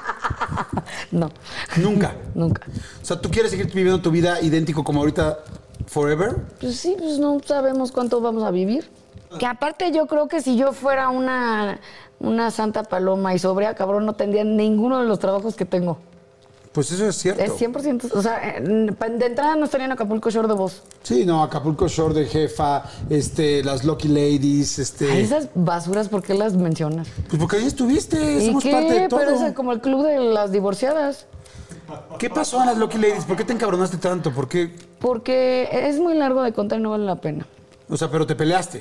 [SPEAKER 2] No.
[SPEAKER 1] Nunca.
[SPEAKER 2] Nunca.
[SPEAKER 1] O sea, ¿tú quieres seguir viviendo tu vida idéntico como ahorita, forever?
[SPEAKER 2] Pues sí, pues no sabemos cuánto vamos a vivir. Que aparte yo creo que si yo fuera una santa paloma y sobria, cabrón, no tendría ninguno de los trabajos que tengo.
[SPEAKER 1] Pues eso es cierto.
[SPEAKER 2] Es 100%. O sea, de entrada no estaría en Acapulco Shore de voz.
[SPEAKER 1] Sí, no, Acapulco Shore de jefa, las Lucky Ladies,
[SPEAKER 2] Ay, esas basuras, ¿por qué las mencionas?
[SPEAKER 1] Pues porque ahí estuviste,
[SPEAKER 2] ¿Y
[SPEAKER 1] somos
[SPEAKER 2] qué?
[SPEAKER 1] parte de todo.
[SPEAKER 2] Pero es como el club de las divorciadas.
[SPEAKER 1] ¿Qué pasó a las Lucky Ladies? ¿Por qué te encabronaste tanto? ¿Por qué?
[SPEAKER 2] Porque es muy largo de contar y no vale la pena.
[SPEAKER 1] O sea, pero te peleaste.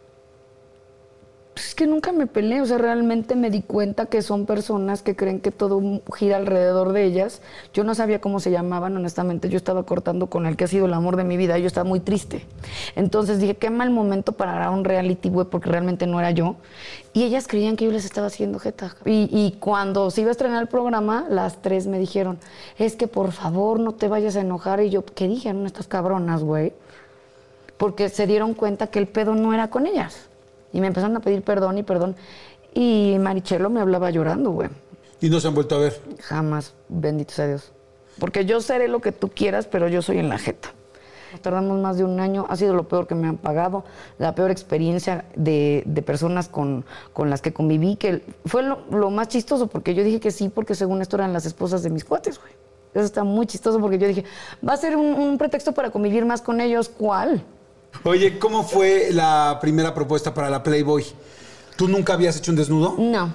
[SPEAKER 2] Pues es que nunca me peleé, o sea, realmente me di cuenta que son personas que creen que todo gira alrededor de ellas. Yo no sabía cómo se llamaban, honestamente. Yo estaba cortando con el que ha sido el amor de mi vida y yo estaba muy triste. Entonces dije, qué mal momento para un reality, güey, porque realmente no era yo. Y ellas creían que yo les estaba haciendo jeta. Y cuando se iba a estrenar el programa, las tres me dijeron, es que por favor no te vayas a enojar. Y yo, ¿qué dijeron estas cabronas, güey? Porque se dieron cuenta que el pedo no era con ellas. Y me empezaron a pedir perdón y perdón. Y Marichelo me hablaba llorando, güey.
[SPEAKER 1] Y no se han vuelto a ver.
[SPEAKER 2] Jamás, bendito sea Dios. Porque yo seré lo que tú quieras, pero yo soy en la jeta. Nos tardamos más de un año, ha sido lo peor que me han pagado, la peor experiencia de personas con las que conviví, que fue lo más chistoso, porque yo dije que sí, porque según esto eran las esposas de mis cuates, güey. Eso está muy chistoso, porque yo dije, va a ser un pretexto para convivir más con ellos. ¿Cuál?
[SPEAKER 1] Oye, ¿cómo fue la primera propuesta para la Playboy? ¿Tú nunca habías hecho un desnudo?
[SPEAKER 2] No,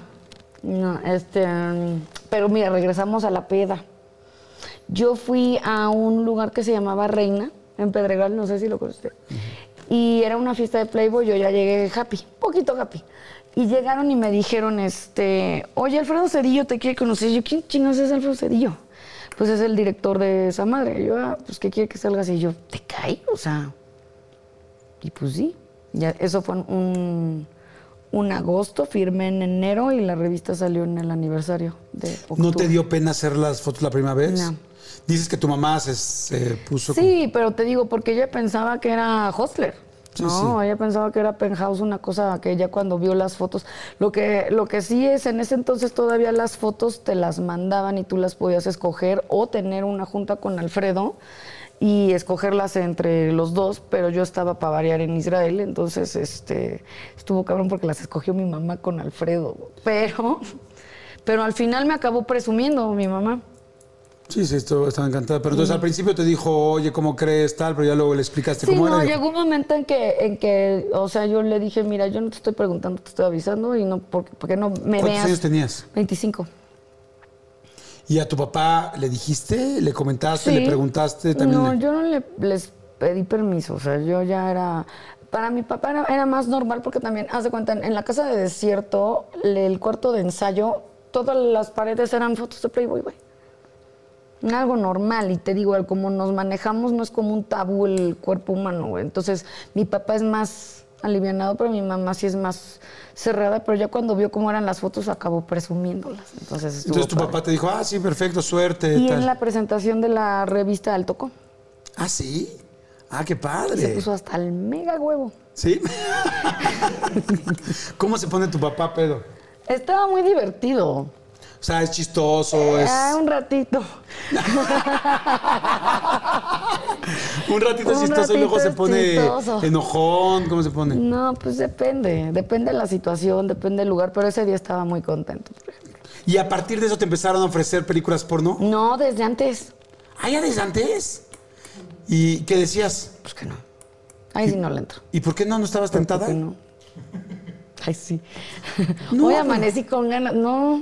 [SPEAKER 2] pero mira, regresamos a la peda. Yo fui a un lugar que se llamaba Reina, en Pedregal, no sé si lo conoces. Y era una fiesta de Playboy, yo ya llegué happy, poquito happy. Y llegaron y me dijeron, oye, Alfredo Cedillo te quiere conocer. Y yo, ¿quién chingados es Alfredo Cedillo? Pues es el director de esa madre. Y yo, pues, ¿qué quiere que salga así? Y yo, ¿te cae? O sea... Y pues sí, ya, eso fue un agosto, firmé en enero y la revista salió en el aniversario de octubre.
[SPEAKER 1] ¿No te dio pena hacer las fotos la primera vez?
[SPEAKER 2] No.
[SPEAKER 1] Dices que tu mamá se puso...
[SPEAKER 2] Sí, pero te digo, porque ella pensaba que era Hostler.
[SPEAKER 1] Sí,
[SPEAKER 2] No,
[SPEAKER 1] sí.
[SPEAKER 2] ella pensaba que era Penthouse, una cosa que ella cuando vio las fotos... Lo que sí es, en ese entonces todavía las fotos te las mandaban y tú las podías escoger o tener una junta con Alfredo y escogerlas entre los dos, pero yo estaba para variar en Israel, entonces estuvo cabrón porque las escogió mi mamá con Alfredo. Pero al final me acabó presumiendo mi mamá.
[SPEAKER 1] Sí, estaba encantada. Pero entonces al principio te dijo, oye, ¿cómo crees tal? Pero ya luego le explicaste
[SPEAKER 2] Sí,
[SPEAKER 1] cómo
[SPEAKER 2] no,
[SPEAKER 1] era.
[SPEAKER 2] llegó un momento en que, o sea, yo le dije, mira, yo no te estoy preguntando, te estoy avisando y no, porque no me veas.
[SPEAKER 1] ¿Cuántos años tenías?
[SPEAKER 2] 25.
[SPEAKER 1] ¿Y a tu papá le dijiste, le comentaste,
[SPEAKER 2] Sí.
[SPEAKER 1] le preguntaste también?
[SPEAKER 2] No, yo no les pedí permiso, o sea, yo ya era... Para mi papá era más normal porque también, haz de cuenta, en la casa de desierto, el cuarto de ensayo, todas las paredes eran fotos de Playboy, güey. algo normal. Y te digo, como nos manejamos, no es como un tabú el cuerpo humano, güey. Entonces, mi papá es más alivianado, pero mi mamá sí es más cerrada. Pero ya cuando vio cómo eran las fotos, acabó presumiéndolas. Entonces
[SPEAKER 1] tu papá te dijo, sí, perfecto, suerte.
[SPEAKER 2] Y
[SPEAKER 1] tal.
[SPEAKER 2] en la presentación de la revista Al Tocó.
[SPEAKER 1] ¿Ah, sí? Ah, qué padre.
[SPEAKER 2] Se puso hasta el mega huevo.
[SPEAKER 1] ¿Sí? ¿Cómo se pone tu papá pedo?
[SPEAKER 2] Estaba muy divertido.
[SPEAKER 1] O sea, es chistoso, es...
[SPEAKER 2] Un ratito.
[SPEAKER 1] Un ratito chistoso y luego se pone
[SPEAKER 2] chistoso.
[SPEAKER 1] enojón. ¿Cómo se pone?
[SPEAKER 2] No, pues depende. Depende de la situación, depende del lugar. Pero ese día estaba muy contento, por ejemplo.
[SPEAKER 1] ¿Y a partir de eso te empezaron a ofrecer películas porno?
[SPEAKER 2] No, desde antes.
[SPEAKER 1] Ah, ¿ya desde antes? ¿Y qué decías?
[SPEAKER 2] Pues que no. Ahí sí no le entro.
[SPEAKER 1] ¿Y por qué no estabas tentada?
[SPEAKER 2] ¿Por qué no? Ay, sí.
[SPEAKER 1] No,
[SPEAKER 2] Hoy amanecí con ganas. No.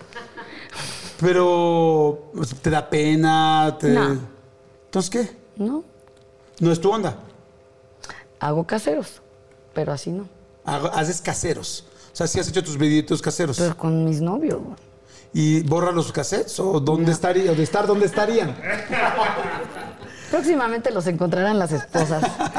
[SPEAKER 1] Pero, ¿te da pena?
[SPEAKER 2] No.
[SPEAKER 1] ¿Entonces qué?
[SPEAKER 2] No.
[SPEAKER 1] ¿No es tu onda?
[SPEAKER 2] Hago caseros, pero así no.
[SPEAKER 1] Haces caseros. O sea, sí has hecho tus videitos caseros.
[SPEAKER 2] Pero con mis novios, güey.
[SPEAKER 1] ¿Y borra los cassettes? ¿O dónde estaría? ¿O de estar dónde estarían?
[SPEAKER 2] Próximamente los encontrarán las esposas.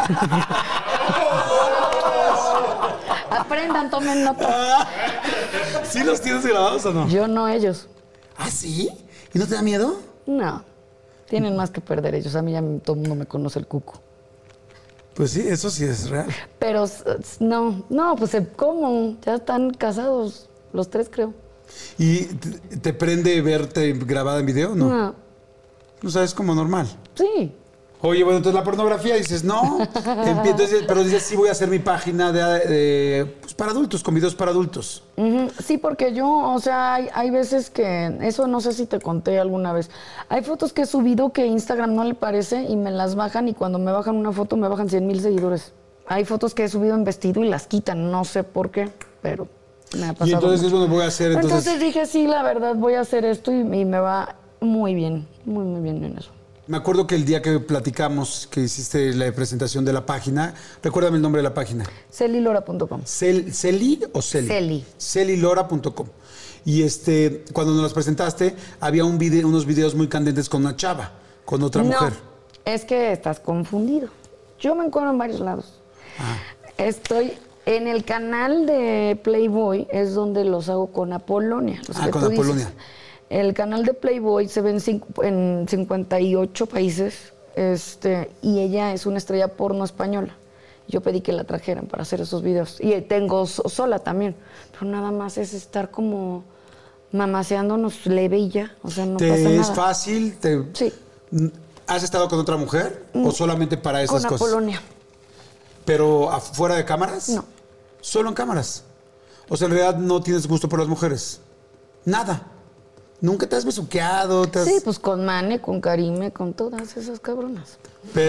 [SPEAKER 2] Aprendan, tomen nota.
[SPEAKER 1] ¿Sí los tienes grabados o no?
[SPEAKER 2] Yo no, ellos.
[SPEAKER 1] ¿Ah, sí? ¿Y no te da miedo?
[SPEAKER 2] No. Tienen más que perder ellos. A mí ya todo el mundo me conoce el cuco.
[SPEAKER 1] Pues sí, eso sí es real.
[SPEAKER 2] Pero no, pues ¿cómo? Ya están casados, los tres creo.
[SPEAKER 1] ¿Y te prende verte grabada en video o no?
[SPEAKER 2] No.
[SPEAKER 1] O sea, es como normal.
[SPEAKER 2] Sí.
[SPEAKER 1] Oye, bueno, entonces la pornografía dices, no. Entonces, pero dices, sí voy a hacer mi página pues para adultos, con videos para adultos.
[SPEAKER 2] Sí, porque yo, o sea, hay veces que, eso no sé si te conté alguna vez, hay fotos que he subido que Instagram no le parece y me las bajan y cuando me bajan una foto me bajan 100,000 seguidores. Hay fotos que he subido en vestido y las quitan, no sé por qué, pero me ha pasado.
[SPEAKER 1] Y entonces
[SPEAKER 2] mucho.
[SPEAKER 1] es donde voy a hacer,
[SPEAKER 2] Entonces dije, sí, la verdad, voy a hacer esto y me va muy bien en eso.
[SPEAKER 1] Me acuerdo que el día que platicamos, que hiciste la presentación de la página, recuérdame el nombre de la página.
[SPEAKER 2] Celilora.com.
[SPEAKER 1] ¿Celi o Celi?
[SPEAKER 2] Celi.
[SPEAKER 1] Celilora.com. Y cuando nos las presentaste, había unos videos muy candentes con una chava, con otra mujer.
[SPEAKER 2] No, es que estás confundido. Yo me encuentro en varios lados. Estoy en el canal de Playboy, es donde los hago con Apolonia.
[SPEAKER 1] Con Apolonia.
[SPEAKER 2] El canal de Playboy se ve en 58 países y ella es una estrella porno española. Yo pedí que la trajeran para hacer esos videos. Y tengo sola también. Pero nada más es estar como mamaseándonos leve y ya. O sea, no pasa nada.
[SPEAKER 1] ¿Es fácil?
[SPEAKER 2] Sí.
[SPEAKER 1] ¿Has estado con otra mujer o solamente para esas
[SPEAKER 2] con
[SPEAKER 1] cosas?
[SPEAKER 2] Con Apolonia.
[SPEAKER 1] ¿Pero afuera de cámaras?
[SPEAKER 2] No.
[SPEAKER 1] ¿Solo en cámaras? O sea, en realidad no tienes gusto por las mujeres. Nada. ¿Nunca te has besuqueado?
[SPEAKER 2] Sí, pues con Mane, con Karime, con todas esas cabronas.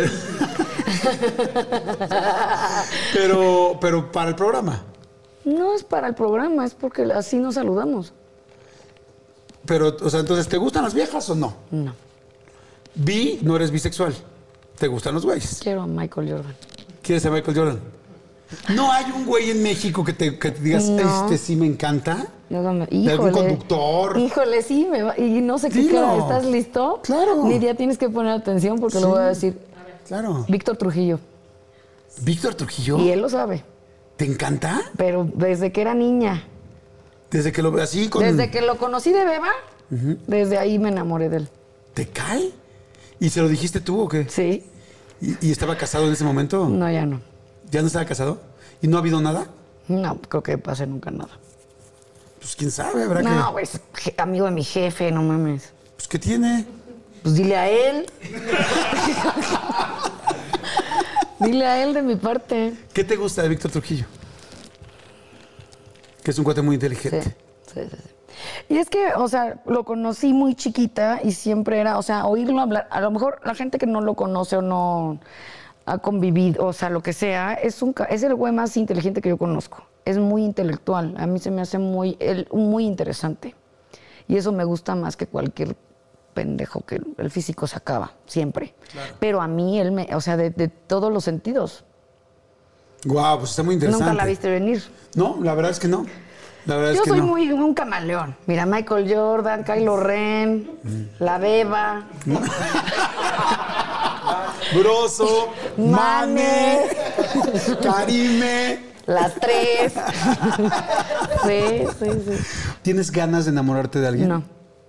[SPEAKER 1] Pero para el programa.
[SPEAKER 2] No es para el programa, es porque así nos saludamos.
[SPEAKER 1] Pero, o sea, entonces, ¿te gustan las viejas o no?
[SPEAKER 2] No.
[SPEAKER 1] No eres bisexual. ¿Te gustan los güeyes?
[SPEAKER 2] Quiero a Michael Jordan.
[SPEAKER 1] ¿Quieres a Michael Jordan? ¿No hay un güey en México que te digas,
[SPEAKER 2] No.
[SPEAKER 1] sí me encanta?
[SPEAKER 2] Híjole,
[SPEAKER 1] ¿algún conductor?
[SPEAKER 2] Híjole, sí, y no sé qué cara. ¿Estás listo?
[SPEAKER 1] Claro.
[SPEAKER 2] Lidia, tienes que poner atención porque lo voy a decir.
[SPEAKER 1] Claro.
[SPEAKER 2] Víctor Trujillo.
[SPEAKER 1] ¿Víctor Trujillo?
[SPEAKER 2] Y él lo sabe.
[SPEAKER 1] ¿Te encanta?
[SPEAKER 2] Pero desde que era niña.
[SPEAKER 1] Desde que lo veo así con...
[SPEAKER 2] Desde que lo conocí de beba, desde ahí me enamoré de él.
[SPEAKER 1] ¿Te cae? ¿Y se lo dijiste tú o qué?
[SPEAKER 2] Sí.
[SPEAKER 1] ¿Y estaba casado en ese momento?
[SPEAKER 2] No, ya no.
[SPEAKER 1] ¿Ya no estaba casado? ¿Y no ha habido nada?
[SPEAKER 2] No, creo que pase nunca nada.
[SPEAKER 1] Pues quién sabe, ¿verdad?
[SPEAKER 2] No, pues amigo de mi jefe, no mames.
[SPEAKER 1] Pues ¿qué tiene?
[SPEAKER 2] Pues dile a él. Dile a él de mi parte.
[SPEAKER 1] ¿Qué te gusta de Víctor Trujillo? Que es un cuate muy inteligente.
[SPEAKER 2] Sí. Y es que, o sea, lo conocí muy chiquita y siempre era, o sea, oírlo hablar. A lo mejor la gente que no lo conoce o no ha convivido, o sea, lo que sea, es el güey más inteligente que yo conozco. Es muy intelectual. A mí se me hace muy interesante. Y eso me gusta más que cualquier pendejo que el físico se acaba, siempre. Claro. Pero a mí, o sea, de todos los sentidos.
[SPEAKER 1] Guau, pues está muy interesante.
[SPEAKER 2] ¿Nunca la viste venir?
[SPEAKER 1] No, la verdad es que no. La verdad
[SPEAKER 2] Yo
[SPEAKER 1] es que
[SPEAKER 2] soy
[SPEAKER 1] no.
[SPEAKER 2] muy un camaleón. Mira, Michael Jordan, Kylo Ren, la Beba.
[SPEAKER 1] Broso, Mane, Karime.
[SPEAKER 2] Las tres. Sí.
[SPEAKER 1] ¿Tienes ganas de enamorarte de alguien?
[SPEAKER 2] No.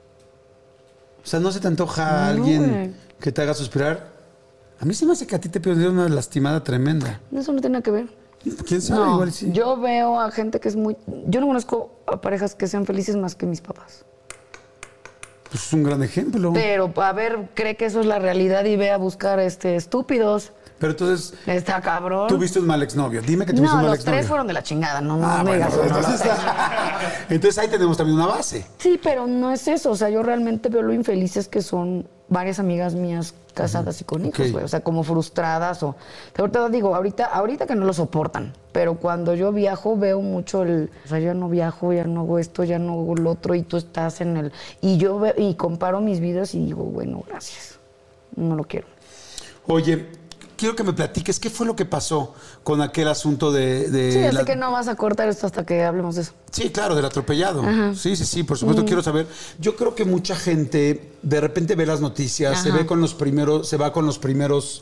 [SPEAKER 1] O sea, ¿no se te antoja
[SPEAKER 2] No,
[SPEAKER 1] alguien
[SPEAKER 2] güey.
[SPEAKER 1] que te haga suspirar? A mí se me hace que a ti te pondría una lastimada tremenda.
[SPEAKER 2] Eso no tiene nada que ver.
[SPEAKER 1] ¿Quién sabe?
[SPEAKER 2] No,
[SPEAKER 1] Igual sí.
[SPEAKER 2] yo veo a gente que es muy... Yo no conozco a parejas que sean felices más que mis papás.
[SPEAKER 1] Pues es un gran ejemplo.
[SPEAKER 2] Pero, a ver, cree que eso es la realidad y ve a buscar estúpidos.
[SPEAKER 1] Pero entonces,
[SPEAKER 2] Está cabrón.
[SPEAKER 1] tuviste un mal exnovio. Dime que tuviste
[SPEAKER 2] No,
[SPEAKER 1] un mal
[SPEAKER 2] los
[SPEAKER 1] exnovio.
[SPEAKER 2] tres fueron de la chingada, no me
[SPEAKER 1] Bueno,
[SPEAKER 2] digas.
[SPEAKER 1] pues,
[SPEAKER 2] no,
[SPEAKER 1] entonces, entonces ahí tenemos también una base.
[SPEAKER 2] Sí, pero no es eso. O sea, yo realmente veo lo infelices que son varias amigas mías casadas y con hijos,
[SPEAKER 1] Ok.
[SPEAKER 2] güey. O sea, como frustradas o... De verdad digo, ahorita que no lo soportan. Pero cuando yo viajo veo mucho el... O sea, yo no viajo, ya no hago esto, ya no hago lo otro y tú estás en el... Y yo veo, y comparo mis vidas y digo, bueno, gracias. No lo quiero.
[SPEAKER 1] Oye, quiero que me platiques qué fue lo que pasó con aquel asunto de
[SPEAKER 2] Sí, así que no vas a cortar esto hasta que hablemos de eso.
[SPEAKER 1] Sí, claro, del atropellado.
[SPEAKER 2] Ajá.
[SPEAKER 1] Sí, por supuesto quiero saber. Yo creo que mucha gente de repente ve las noticias, se
[SPEAKER 2] Ajá.
[SPEAKER 1] ve con los primeros, se va con los primeros,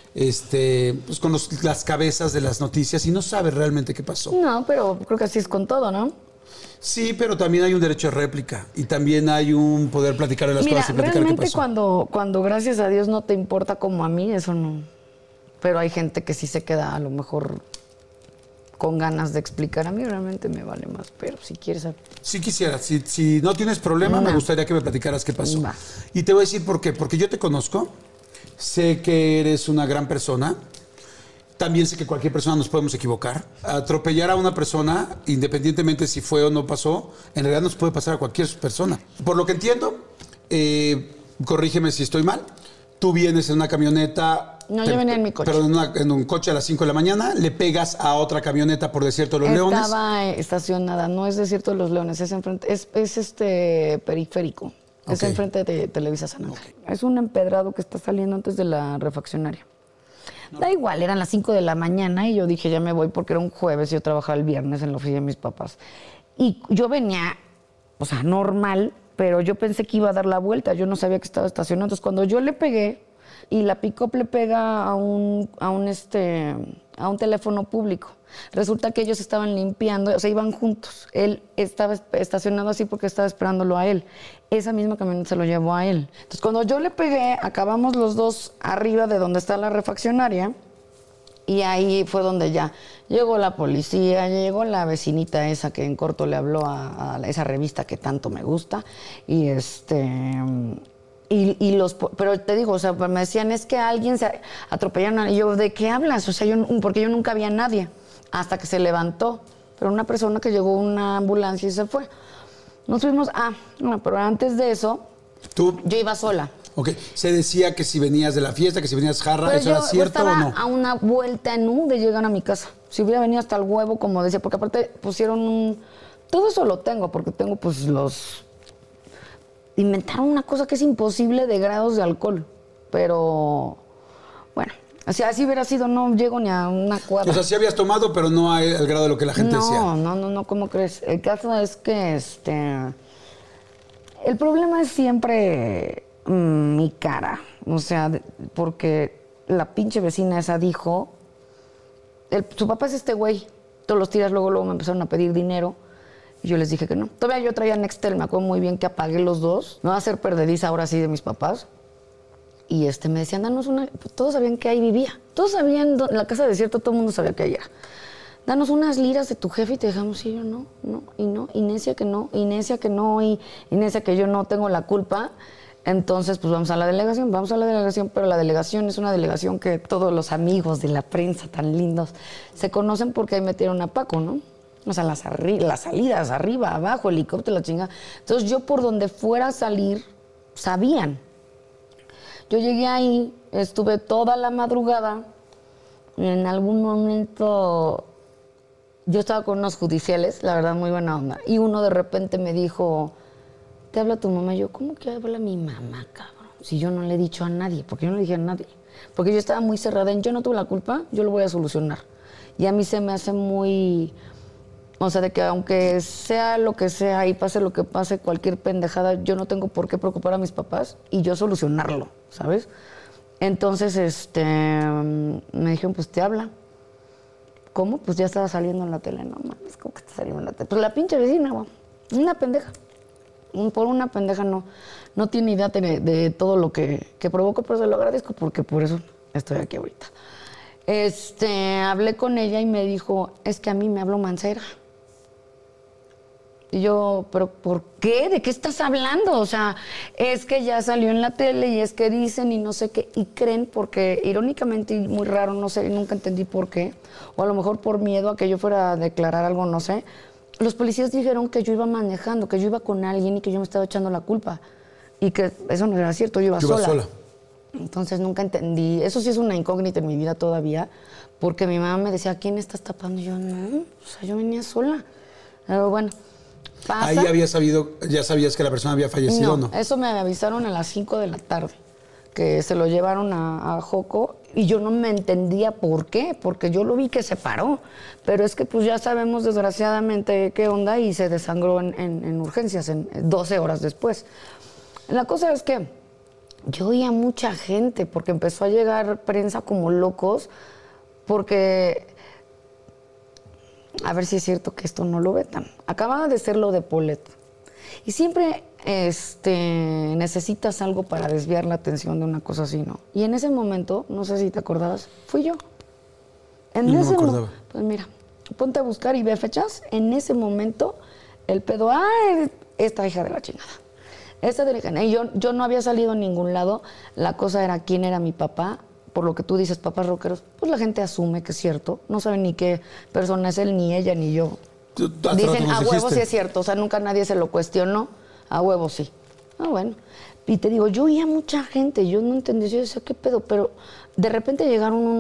[SPEAKER 1] pues con las cabezas de las noticias y no sabe realmente qué pasó.
[SPEAKER 2] No, pero creo que así es con todo, ¿no?
[SPEAKER 1] Sí, pero también hay un derecho de réplica y también hay un poder platicar de las
[SPEAKER 2] Mira,
[SPEAKER 1] cosas y platicar qué
[SPEAKER 2] realmente
[SPEAKER 1] pasó.
[SPEAKER 2] cuando gracias a Dios no te importa como a mí, eso no. Pero hay gente que sí se queda a lo mejor con ganas de explicar. A mí realmente me vale más, pero si quieres saber.
[SPEAKER 1] Si quisiera, si no tienes problema, me
[SPEAKER 2] No.
[SPEAKER 1] gustaría que me platicaras qué pasó.
[SPEAKER 2] Va.
[SPEAKER 1] Y te voy a decir por qué. Porque yo te conozco, sé que eres una gran persona. También sé que cualquier persona nos podemos equivocar. Atropellar a una persona, independientemente si fue o no pasó, en realidad nos puede pasar a cualquier persona. Por lo que entiendo, corrígeme si estoy mal, tú vienes en una camioneta...
[SPEAKER 2] No, yo venía en mi coche.
[SPEAKER 1] Pero en un coche a las 5 de la mañana, le pegas a otra camioneta por Desierto de los Leones.
[SPEAKER 2] Estaba estacionada, no es Desierto de los Leones, es enfrente, es periférico. Es
[SPEAKER 1] Ok.
[SPEAKER 2] enfrente de Televisa San Ángel. Es un empedrado que está saliendo antes de la refaccionaria. Da igual, eran las 5 de la mañana y yo dije, ya me voy porque era un jueves y yo trabajaba el viernes en la oficina de mis papás. Y yo venía, o sea, normal, pero yo pensé que iba a dar la vuelta, yo no sabía que estaba estacionado. Entonces, cuando yo le pegué y la pick-up le pega a un teléfono público, resulta que ellos estaban limpiando, o sea, iban juntos. Él estaba estacionado así porque estaba esperándolo a él. Esa misma camioneta se lo llevó a él. Entonces, cuando yo le pegué, acabamos los dos arriba de donde está la refaccionaria y ahí fue donde ya llegó la policía, llegó la vecinita esa que en corto le habló a esa revista que tanto me gusta y pero te digo, o sea, me decían, es que alguien se atropellaron. Y yo, ¿de qué hablas? O sea, porque yo nunca vi a nadie hasta que se levantó. Pero una persona que llegó una ambulancia y se fue. Nos fuimos, no, pero antes de eso,
[SPEAKER 1] Tú,
[SPEAKER 2] yo iba sola.
[SPEAKER 1] ok, se decía que si venías de la fiesta, que si venías jarra,
[SPEAKER 2] Pero
[SPEAKER 1] ¿eso era
[SPEAKER 2] yo
[SPEAKER 1] cierto o
[SPEAKER 2] estaba
[SPEAKER 1] no?
[SPEAKER 2] a una vuelta en U de llegar a mi casa. Si hubiera venido hasta el huevo, como decía, porque aparte pusieron todo eso lo tengo, porque tengo pues inventaron una cosa que es imposible de grados de alcohol. Pero, bueno, así hubiera sido, no llego ni a una cuadra.
[SPEAKER 1] O sea, sí habías tomado, pero no al grado de lo que la gente decía.
[SPEAKER 2] No, ¿cómo crees? El caso es que, el problema es siempre mi cara. O sea, porque la pinche vecina esa dijo, su papá es este güey, todos los días luego me empezaron a pedir dinero. Y yo les dije que no. Todavía yo traía Nextel, me acuerdo muy bien que apagué los dos. Me va a hacer perdediza ahora sí de mis papás. Y me decían, danos una... Pues todos sabían que ahí vivía. Todos sabían, en la casa de Desierto todo el mundo sabía que ahí era. Danos unas liras de tu jefe y te dejamos. Y yo, no, y necia que no, y necia que no, y necia que yo no tengo la culpa. Entonces, pues vamos a la delegación, pero la delegación es una delegación que todos los amigos de la prensa tan lindos se conocen porque ahí metieron a Paco, ¿no? O sea, las salidas, arriba, abajo, helicóptero, la chingada. Entonces, yo por donde fuera a salir, sabían. Yo llegué ahí, estuve toda la madrugada. En algún momento, yo estaba con unos judiciales, la verdad, muy buena onda. Y uno de repente me dijo, ¿te habla tu mamá? Y yo, ¿cómo que habla mi mamá, cabrón? Si yo no le he dicho a nadie, porque yo no le dije a nadie. Porque yo estaba muy cerrada en, yo no tuve la culpa, yo lo voy a solucionar. Y a mí se me hace muy... O sea, de que aunque sea lo que sea y pase lo que pase, cualquier pendejada, yo no tengo por qué preocupar a mis papás y yo solucionarlo, ¿sabes? Entonces, me dijeron, pues te habla. ¿Cómo? Pues ya estaba saliendo en la tele. No mames, ¿cómo que está saliendo en la tele? Pues la pinche vecina, güey. Una pendeja. Por una pendeja no tiene idea de todo lo que provoco, pero se lo agradezco porque por eso estoy aquí ahorita. Hablé con ella y me dijo, es que a mí me habló Mancera. Y yo, ¿pero por qué? ¿De qué estás hablando? O sea, es que ya salió en la tele y es que dicen y no sé qué. Y creen porque, irónicamente y muy raro, no sé, nunca entendí por qué. O a lo mejor por miedo a que yo fuera a declarar algo, no sé. Los policías dijeron que yo iba manejando, que yo iba con alguien y que yo me estaba echando la culpa. Y que eso no era cierto, yo iba sola. Entonces nunca entendí. Eso sí es una incógnita en mi vida todavía. Porque mi mamá me decía, ¿a quién estás tapando? Y yo, no, o sea, yo venía sola. Pero bueno. ¿Pasa?
[SPEAKER 1] Ahí ya sabías que la persona había fallecido, ¿o no?
[SPEAKER 2] Eso me avisaron a las 5 de la tarde, que se lo llevaron a Joco y yo no me entendía por qué, porque yo lo vi que se paró, pero es que pues ya sabemos desgraciadamente qué onda y se desangró en urgencias 12 horas después. La cosa es que yo oía mucha gente porque empezó a llegar prensa como locos, porque... A ver si es cierto que esto no lo vetan. Acababa de ser lo de Paulette. Y siempre necesitas algo para desviar la atención de una cosa así, ¿no? Y en ese momento, no sé si te acordabas, fui yo.
[SPEAKER 1] No me acordaba.
[SPEAKER 2] Pues mira, ponte a buscar y ve fechas. En ese momento, el pedo, esta hija de la chingada. Esta de la hija. Y yo no había salido a ningún lado. La cosa era quién era mi papá. Por lo que tú dices, papás rockeros, pues la gente asume que es cierto. No saben ni qué persona es él, ni ella, ni yo. Dicen, a huevo sí es cierto. O sea, nunca nadie se lo cuestionó. A huevo sí. Ah, bueno. Y te digo, yo oía mucha gente. Yo no entendí. Yo decía, ¿qué pedo? Pero de repente llegaron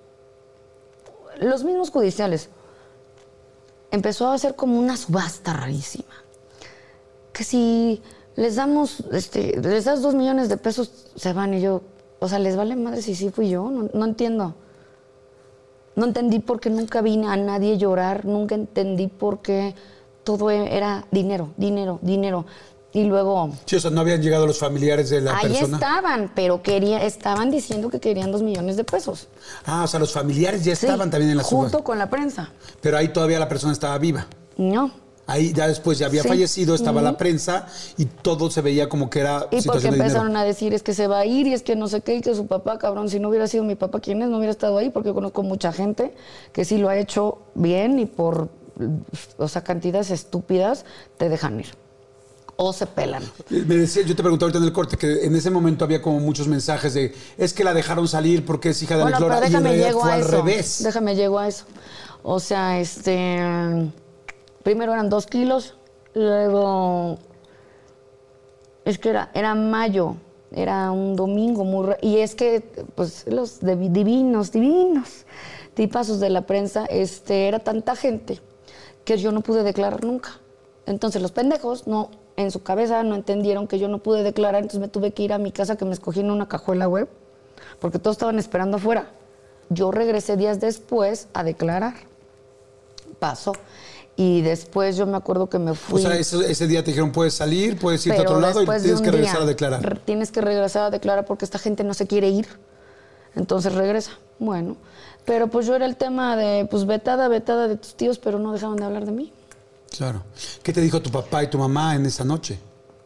[SPEAKER 2] los mismos judiciales. Empezó a hacer como una subasta rarísima. Que si les das 2 millones de pesos, se van. Y yo... O sea, ¿les vale madre si sí fui yo? No entiendo. No entendí por qué nunca vine a nadie llorar. Nunca entendí por qué todo era dinero, dinero, dinero. Y luego...
[SPEAKER 1] Sí, o sea, no habían llegado los familiares de la persona.
[SPEAKER 2] Ahí estaban, pero estaban diciendo que querían 2 millones de pesos.
[SPEAKER 1] Ah, o sea, los familiares ya estaban también en la subasta.
[SPEAKER 2] Junto con la prensa.
[SPEAKER 1] Pero ahí todavía la persona estaba viva.
[SPEAKER 2] No.
[SPEAKER 1] Ahí ya después ya había fallecido, estaba la prensa y todo se veía como que era
[SPEAKER 2] y
[SPEAKER 1] situación
[SPEAKER 2] porque
[SPEAKER 1] de dinero.
[SPEAKER 2] Empezaron a decir, es que se va a ir y es que no sé qué, y que su papá, cabrón, si no hubiera sido mi papá, ¿quién es? No hubiera estado ahí, porque yo conozco mucha gente que sí lo ha hecho bien y por, o sea, cantidades estúpidas te dejan ir. O se pelan.
[SPEAKER 1] Me decía, yo te pregunté ahorita en el corte que en ese momento había como muchos mensajes de es que la dejaron salir porque es hija de Alex Lora, y en realidad fue al revés.
[SPEAKER 2] Déjame llego a eso. O sea, primero eran 2 kilos, luego es que era mayo, era un domingo y es que pues los divinos tipazos de la prensa, era tanta gente que yo no pude declarar nunca. Entonces los pendejos en su cabeza no entendieron que yo no pude declarar, entonces me tuve que ir a mi casa, que me escogí en una cajuela web, porque todos estaban esperando afuera. Yo regresé días después a declarar. Pasó. Y después yo me acuerdo que me fui.
[SPEAKER 1] O sea, ese día te dijeron, puedes salir, puedes irte a otro lado y tienes que regresar a declarar.
[SPEAKER 2] Tienes que regresar a declarar porque esta gente no se quiere ir. Entonces regresa. Bueno, pero pues yo era el tema de, pues vetada de tus tíos, pero no dejaban de hablar de mí.
[SPEAKER 1] Claro. ¿Qué te dijo tu papá y tu mamá en esa noche?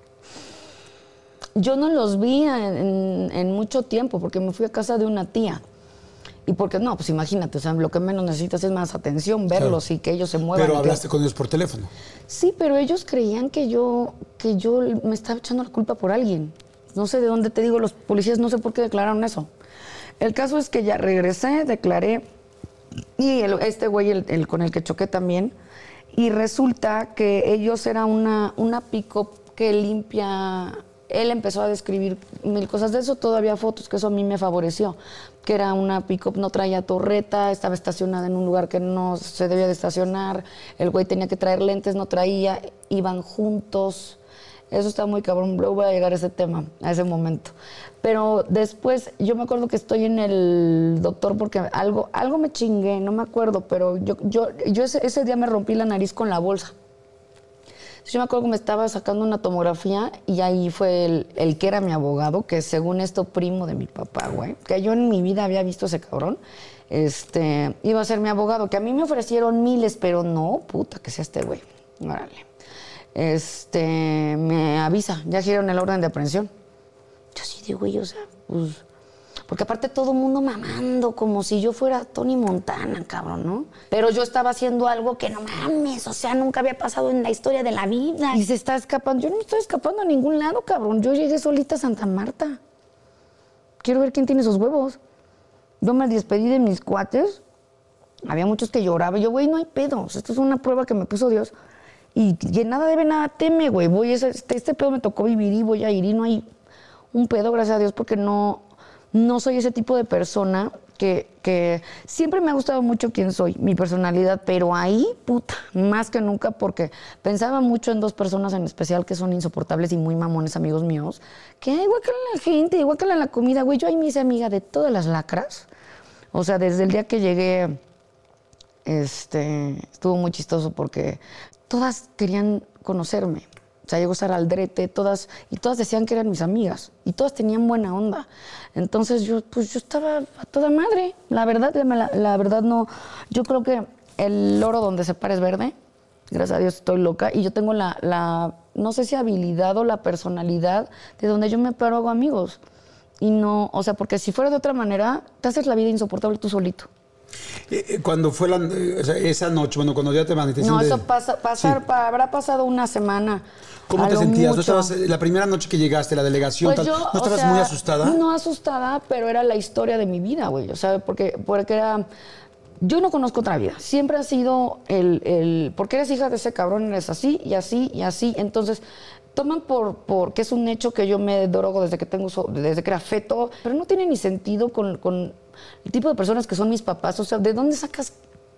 [SPEAKER 2] Yo no los vi en mucho tiempo porque me fui a casa de una tía. Y porque, no, pues imagínate, o sea, lo que menos necesitas es más atención, verlos, claro, y que ellos se muevan.
[SPEAKER 1] Pero hablaste con ellos por teléfono.
[SPEAKER 2] Sí, pero ellos creían que yo me estaba echando la culpa por alguien. No sé de dónde te digo, los policías no sé por qué declararon eso. El caso es que ya regresé, declaré, y este güey, el con el que choqué también, y resulta que ellos era una pick-up que limpia. Él empezó a describir 1000 cosas de eso, todavía fotos, que eso a mí me favoreció, que era una pick-up, no traía torreta, estaba estacionada en un lugar que no se debía de estacionar, el güey tenía que traer lentes, no traía, iban juntos, Eso está muy cabrón. Luego voy a llegar a ese tema, a ese momento. Pero después, yo me acuerdo que estoy en el doctor porque algo me chingué, no me acuerdo, pero yo ese día me rompí la nariz con la bolsa. Yo me acuerdo que me estaba sacando una tomografía y ahí fue el que era mi abogado, que según esto primo de mi papá, güey, que yo en mi vida había visto ese cabrón, iba a ser mi abogado, que a mí me ofrecieron miles, pero no, puta, que sea este güey. Órale. Me avisa, ya giraron el orden de aprehensión. Yo sí digo, güey, o sea, pues... Porque aparte todo el mundo mamando, como si yo fuera Tony Montana, cabrón, ¿no? Pero yo estaba haciendo algo que no mames, o sea, nunca había pasado en la historia de la vida. Y se está escapando. Yo no me estoy escapando a ningún lado, cabrón. Yo llegué solita a Santa Marta. Quiero ver quién tiene esos huevos. Yo me despedí de mis cuates. Había muchos que lloraban. Yo, güey, no hay pedos. Esto es una prueba que me puso Dios. Y nada debe, nada teme, güey. Este pedo me tocó vivir y voy a ir y no hay un pedo, gracias a Dios, porque no soy ese tipo de persona que siempre me ha gustado mucho quién soy, mi personalidad, pero ahí, puta, más que nunca, porque pensaba mucho en dos personas en especial que son insoportables y muy mamones, amigos míos, que guácala a la gente, guácala a la comida, güey. Yo ahí me hice amiga de todas las lacras. O sea, desde el día que llegué, estuvo muy chistoso porque todas querían conocerme. O sea, llegó Sara Aldrete, y todas decían que eran mis amigas. Y todas tenían buena onda. Entonces yo estaba a toda madre. La verdad no. Yo creo que el oro donde se para es verde. Gracias a Dios estoy loca. Y yo tengo no sé si habilidad o la personalidad de donde yo me paro, hago amigos. Y no, o sea, porque si fuera de otra manera, te haces la vida insoportable tú solito.
[SPEAKER 1] Cuando fue esa noche, bueno, cuando ya te mandaste...
[SPEAKER 2] No, eso habrá pasado una semana.
[SPEAKER 1] ¿Cómo te sentías? ¿Tú estabas, la primera noche que llegaste, la delegación,
[SPEAKER 2] pues
[SPEAKER 1] ¿no estabas muy asustada?
[SPEAKER 2] No asustada, pero era la historia de mi vida, güey. O sea, porque era... Yo no conozco otra vida. Siempre ha sido porque eres hija de ese cabrón, eres así y así y así. Entonces, toman porque es un hecho que yo me drogo desde que era feto, pero no tiene ni sentido con el tipo de personas que son mis papás. O sea, ¿de dónde sacas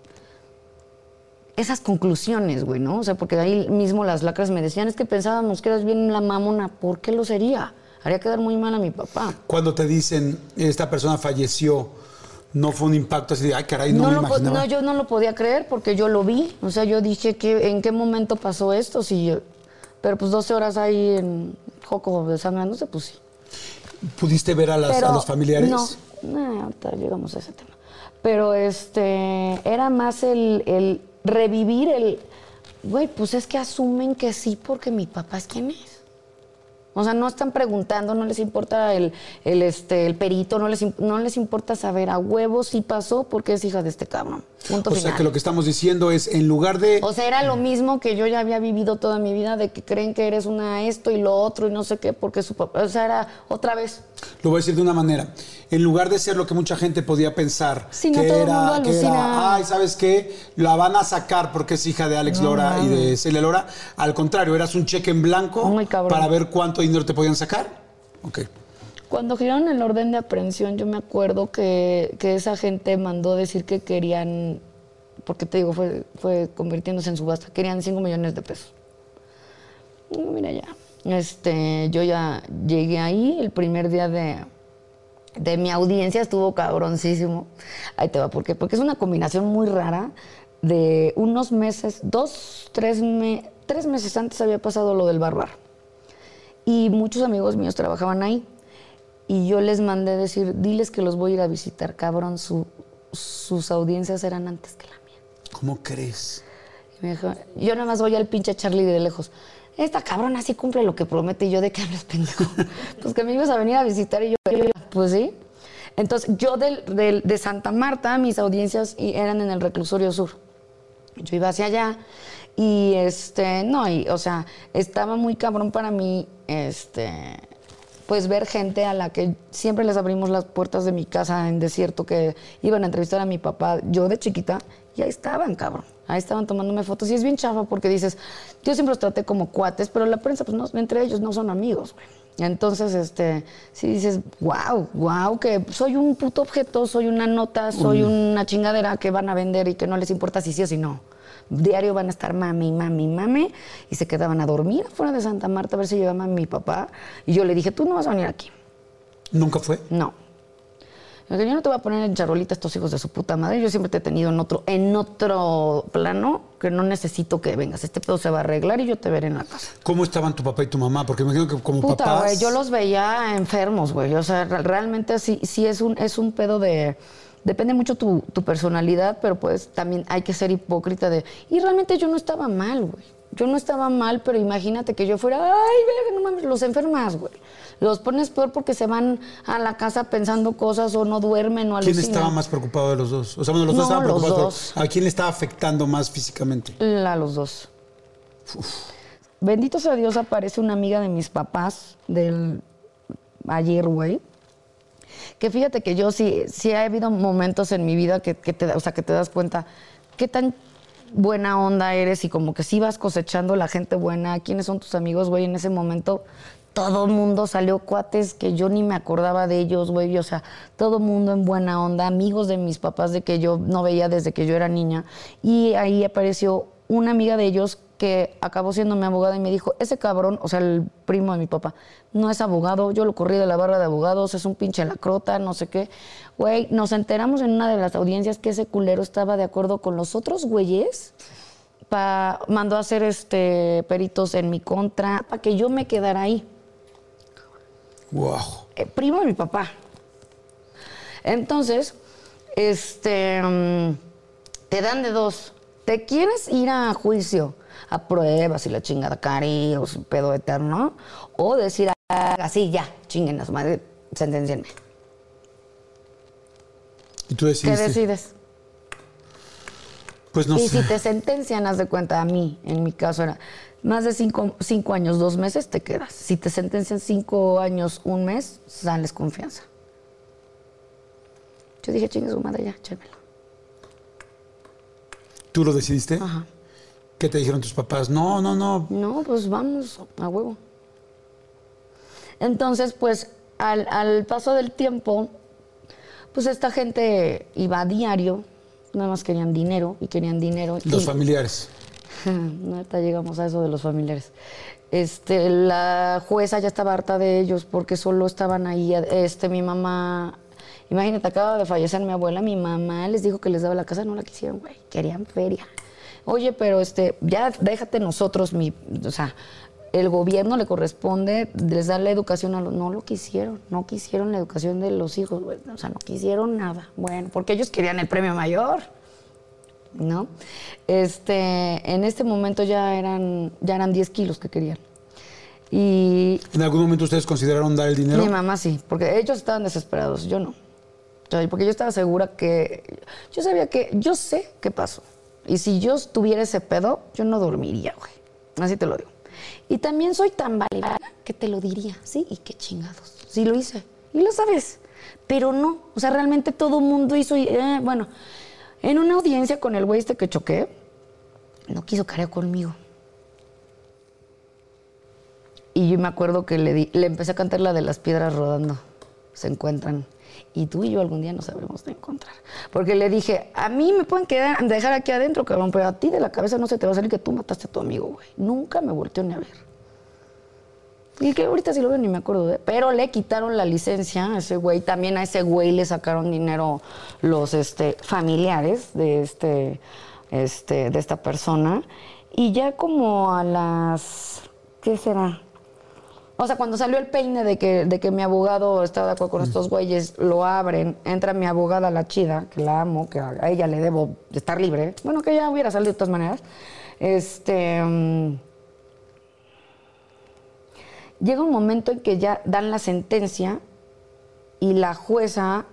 [SPEAKER 2] esas conclusiones, güey, no? O sea, porque ahí mismo las lacras me decían, es que pensábamos que eras bien la mamona. ¿Por qué lo sería? Haría quedar muy mal a mi papá.
[SPEAKER 1] Cuando te dicen, esta persona falleció, ¿no fue un impacto así de, ay, caray, no me imaginaba?
[SPEAKER 2] No, yo no lo podía creer porque yo lo vi. O sea, yo dije, ¿en qué momento pasó esto? Pero pues 12 horas ahí en Joco desangrándose, pues sí.
[SPEAKER 1] ¿Pudiste ver a los familiares?
[SPEAKER 2] No, ahorita llegamos a ese tema. Pero era más el revivir güey, pues es que asumen que sí porque mi papá es quien es. O sea, no están preguntando, no les importa el perito, no les importa saber a huevos si pasó porque es hija de este cabrón. Punto final.
[SPEAKER 1] O sea, que lo que estamos diciendo es, en lugar de...
[SPEAKER 2] O sea, era lo mismo que yo ya había vivido toda mi vida, de que creen que eres esto y lo otro y no sé qué, porque su papá... O sea, era otra vez.
[SPEAKER 1] Lo voy a decir de una manera. En lugar de ser lo que mucha gente podía pensar,
[SPEAKER 2] sí, no, todo el mundo alucina.
[SPEAKER 1] Ay, ¿sabes qué? La van a sacar porque es hija de Alex Lora y de Celia Lora. Al contrario, eras un cheque en blanco para ver cuánto dinero te podían sacar. Ok.
[SPEAKER 2] Cuando giraron el orden de aprehensión, yo me acuerdo que esa gente mandó decir que querían, porque te digo, fue convirtiéndose en subasta, querían 5 millones de pesos. Y mira ya, yo ya llegué ahí, el primer día de mi audiencia estuvo cabroncísimo. Ahí te va, ¿por qué? Porque es una combinación muy rara de unos meses, 3 meses antes había pasado lo del Barbar. Y muchos amigos míos trabajaban ahí. Y yo les mandé decir, diles que los voy a ir a visitar, cabrón, sus audiencias eran antes que la mía.
[SPEAKER 1] ¿Cómo crees?
[SPEAKER 2] Y me dijo, yo nada más voy al pinche Charlie de lejos. Esta cabrona sí cumple lo que promete. Y yo, ¿de qué hablas, pendejo? Pues que me ibas a venir a visitar. Y yo, pues sí. Entonces, yo de Santa Marta, mis audiencias eran en el Reclusorio Sur. Yo iba hacia allá y, o sea, estaba muy cabrón para mí, pues ver gente a la que siempre les abrimos las puertas de mi casa en desierto, que iban a entrevistar a mi papá, yo de chiquita, y ahí estaban, cabrón. Ahí estaban tomándome fotos. Y es bien chafa porque dices, yo siempre los traté como cuates, pero la prensa, pues no, entre ellos no son amigos, güey. Entonces, sí dices, wow, que soy un puto objeto, soy una nota, soy una chingadera que van a vender y que no les importa si sí o si no. Diario van a estar mame y mame y mame. Y se quedaban a dormir afuera de Santa Marta a ver si llevaban a mi papá. Y yo le dije, tú no vas a venir aquí.
[SPEAKER 1] ¿Nunca fue?
[SPEAKER 2] No. Yo no te voy a poner en charolita a estos hijos de su puta madre. Yo siempre te he tenido en otro plano que no necesito que vengas. Este pedo se va a arreglar y yo te veré en la casa.
[SPEAKER 1] ¿Cómo estaban tu papá y tu mamá? Porque me imagino que como
[SPEAKER 2] Puta,
[SPEAKER 1] papás...
[SPEAKER 2] güey, yo los veía enfermos, güey. O sea, realmente sí es un pedo de... Depende mucho tu personalidad, pero pues también hay que ser hipócrita de... Y realmente yo no estaba mal, güey. Yo no estaba mal, pero imagínate que yo fuera... Ay, verga, no mames, los enfermas, güey. Los pones peor porque se van a la casa pensando cosas o no duermen o alucinan.
[SPEAKER 1] ¿Quién estaba más preocupado de los dos? O sea, bueno, los dos estaban preocupados.
[SPEAKER 2] Dos.
[SPEAKER 1] ¿A quién le estaba afectando más físicamente?
[SPEAKER 2] A los dos. Uf. Bendito sea Dios, aparece una amiga de mis papás ayer, güey. Que fíjate que yo sí ha habido momentos en mi vida que te das cuenta qué tan buena onda eres y como que sí vas cosechando la gente buena. ¿Quiénes son tus amigos, güey? En ese momento todo mundo salió cuates que yo ni me acordaba de ellos, güey. O sea, todo mundo en buena onda, amigos de mis papás de que yo no veía desde que yo era niña. Y ahí apareció una amiga de ellos que acabó siendo mi abogada y me dijo, ese cabrón, o sea, el primo de mi papá, no es abogado, yo lo corrí de la barra de abogados, es un pinche lacrota, no sé qué. Güey, nos enteramos en una de las audiencias que ese culero estaba de acuerdo con los otros güeyes, mandó a hacer peritos en mi contra, para que yo me quedara ahí.
[SPEAKER 1] Wow.
[SPEAKER 2] Primo de mi papá. Entonces, te dan de dos. ¿Te quieres ir a juicio, a pruebas y la chingada cari o su pedo eterno? O decir, así ya, chinguen a su madre, sentencienme.
[SPEAKER 1] ¿Y tú decidiste?
[SPEAKER 2] ¿Qué decides?
[SPEAKER 1] Pues no sé.
[SPEAKER 2] Y si te sentencian, haz de cuenta, a mí, en mi caso era más de 5 años, 2 meses, te quedas. Si te sentencian 5 años, 1 mes, sales confianza. Yo dije, chingue su madre ya, échamelo.
[SPEAKER 1] ¿Tú lo decidiste?
[SPEAKER 2] Ajá.
[SPEAKER 1] ¿Qué te dijeron tus papás? No.
[SPEAKER 2] No, pues vamos, a huevo. Entonces, pues, al paso del tiempo, pues esta gente iba a diario, nada más querían dinero.
[SPEAKER 1] Los familiares.
[SPEAKER 2] No, ahorita llegamos a eso de los familiares. La jueza ya estaba harta de ellos porque solo estaban ahí, mi mamá... Imagínate, acaba de fallecer mi abuela, mi mamá les dijo que les daba la casa, no la quisieron, güey, querían feria. Oye, pero ya déjate nosotros, o sea, el gobierno le corresponde, les da la educación a los... No quisieron la educación de los hijos, güey, o sea, no quisieron nada. Bueno, porque ellos querían el premio mayor, ¿no? En este momento ya eran 10 kilos que querían. Y...
[SPEAKER 1] ¿En algún momento ustedes consideraron dar el dinero?
[SPEAKER 2] Mi mamá sí, porque ellos estaban desesperados, yo no. Porque yo estaba segura que... Yo sé qué pasó. Y si yo tuviera ese pedo, yo no dormiría, güey. Así te lo digo. Y también soy tan valida que te lo diría, ¿sí? Y qué chingados. Sí lo hice. Y lo sabes. Pero no. O sea, realmente todo el mundo hizo... bueno, en una audiencia con el güey que choqué, no quiso careo conmigo. Y yo me acuerdo que le empecé a cantar la de las piedras rodando. Se encuentran. Y tú y yo algún día nos sabremos de encontrar. Porque le dije, a mí me pueden dejar aquí adentro, cabrón, pero a ti de la cabeza no se te va a salir que tú mataste a tu amigo, güey. Nunca me volteó ni a ver. Y que ahorita sí lo veo ni me acuerdo pero le quitaron la licencia a ese güey. También a ese güey le sacaron dinero los familiares de esta persona. Y ya como a las... ¿Qué será? O sea, cuando salió el peine de que mi abogado estaba de acuerdo con estos güeyes, lo abren, entra mi abogada, la chida, que la amo, que a ella le debo de estar libre. Bueno, que ya hubiera salido de todas maneras. Llega un momento en que ya dan la sentencia y la jueza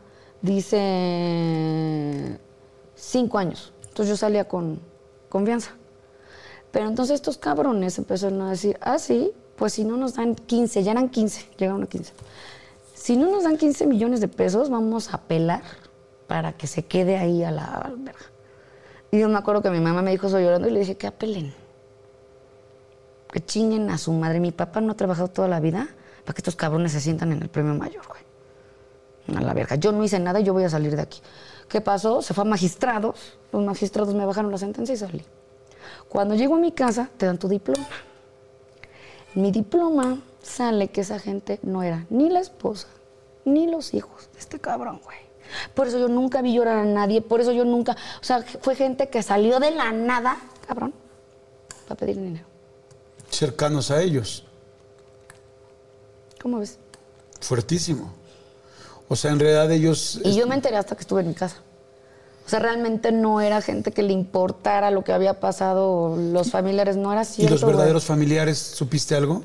[SPEAKER 2] dice 5 años. Entonces yo salía con confianza. Pero entonces estos cabrones empezaron a decir, sí, pues si no nos dan 15, ya eran 15, llegaron a 15. Si no nos dan 15 millones de pesos, vamos a apelar para que se quede ahí a la verga. Y yo me acuerdo que mi mamá me dijo eso llorando y le dije que apelen. Que chinguen a su madre. Mi papá no ha trabajado toda la vida para que estos cabrones se sientan en el premio mayor, güey. A la verga. Yo no hice nada y yo voy a salir de aquí. ¿Qué pasó? Se fue a magistrados. Los magistrados me bajaron la sentencia y salí. Cuando llego a mi casa, te dan tu diploma. En mi diploma sale que esa gente no era ni la esposa, ni los hijos de este cabrón, güey. Por eso yo nunca vi llorar a nadie, por eso yo nunca... O sea, fue gente que salió de la nada, cabrón, para pedir dinero.
[SPEAKER 1] Cercanos a ellos.
[SPEAKER 2] ¿Cómo ves?
[SPEAKER 1] Fuertísimo. O sea, en realidad ellos...
[SPEAKER 2] Y yo me enteré hasta que estuve en mi casa. O sea, realmente no era gente que le importara lo que había pasado, los familiares, no era cierto.
[SPEAKER 1] ¿Y los verdaderos familiares, supiste algo?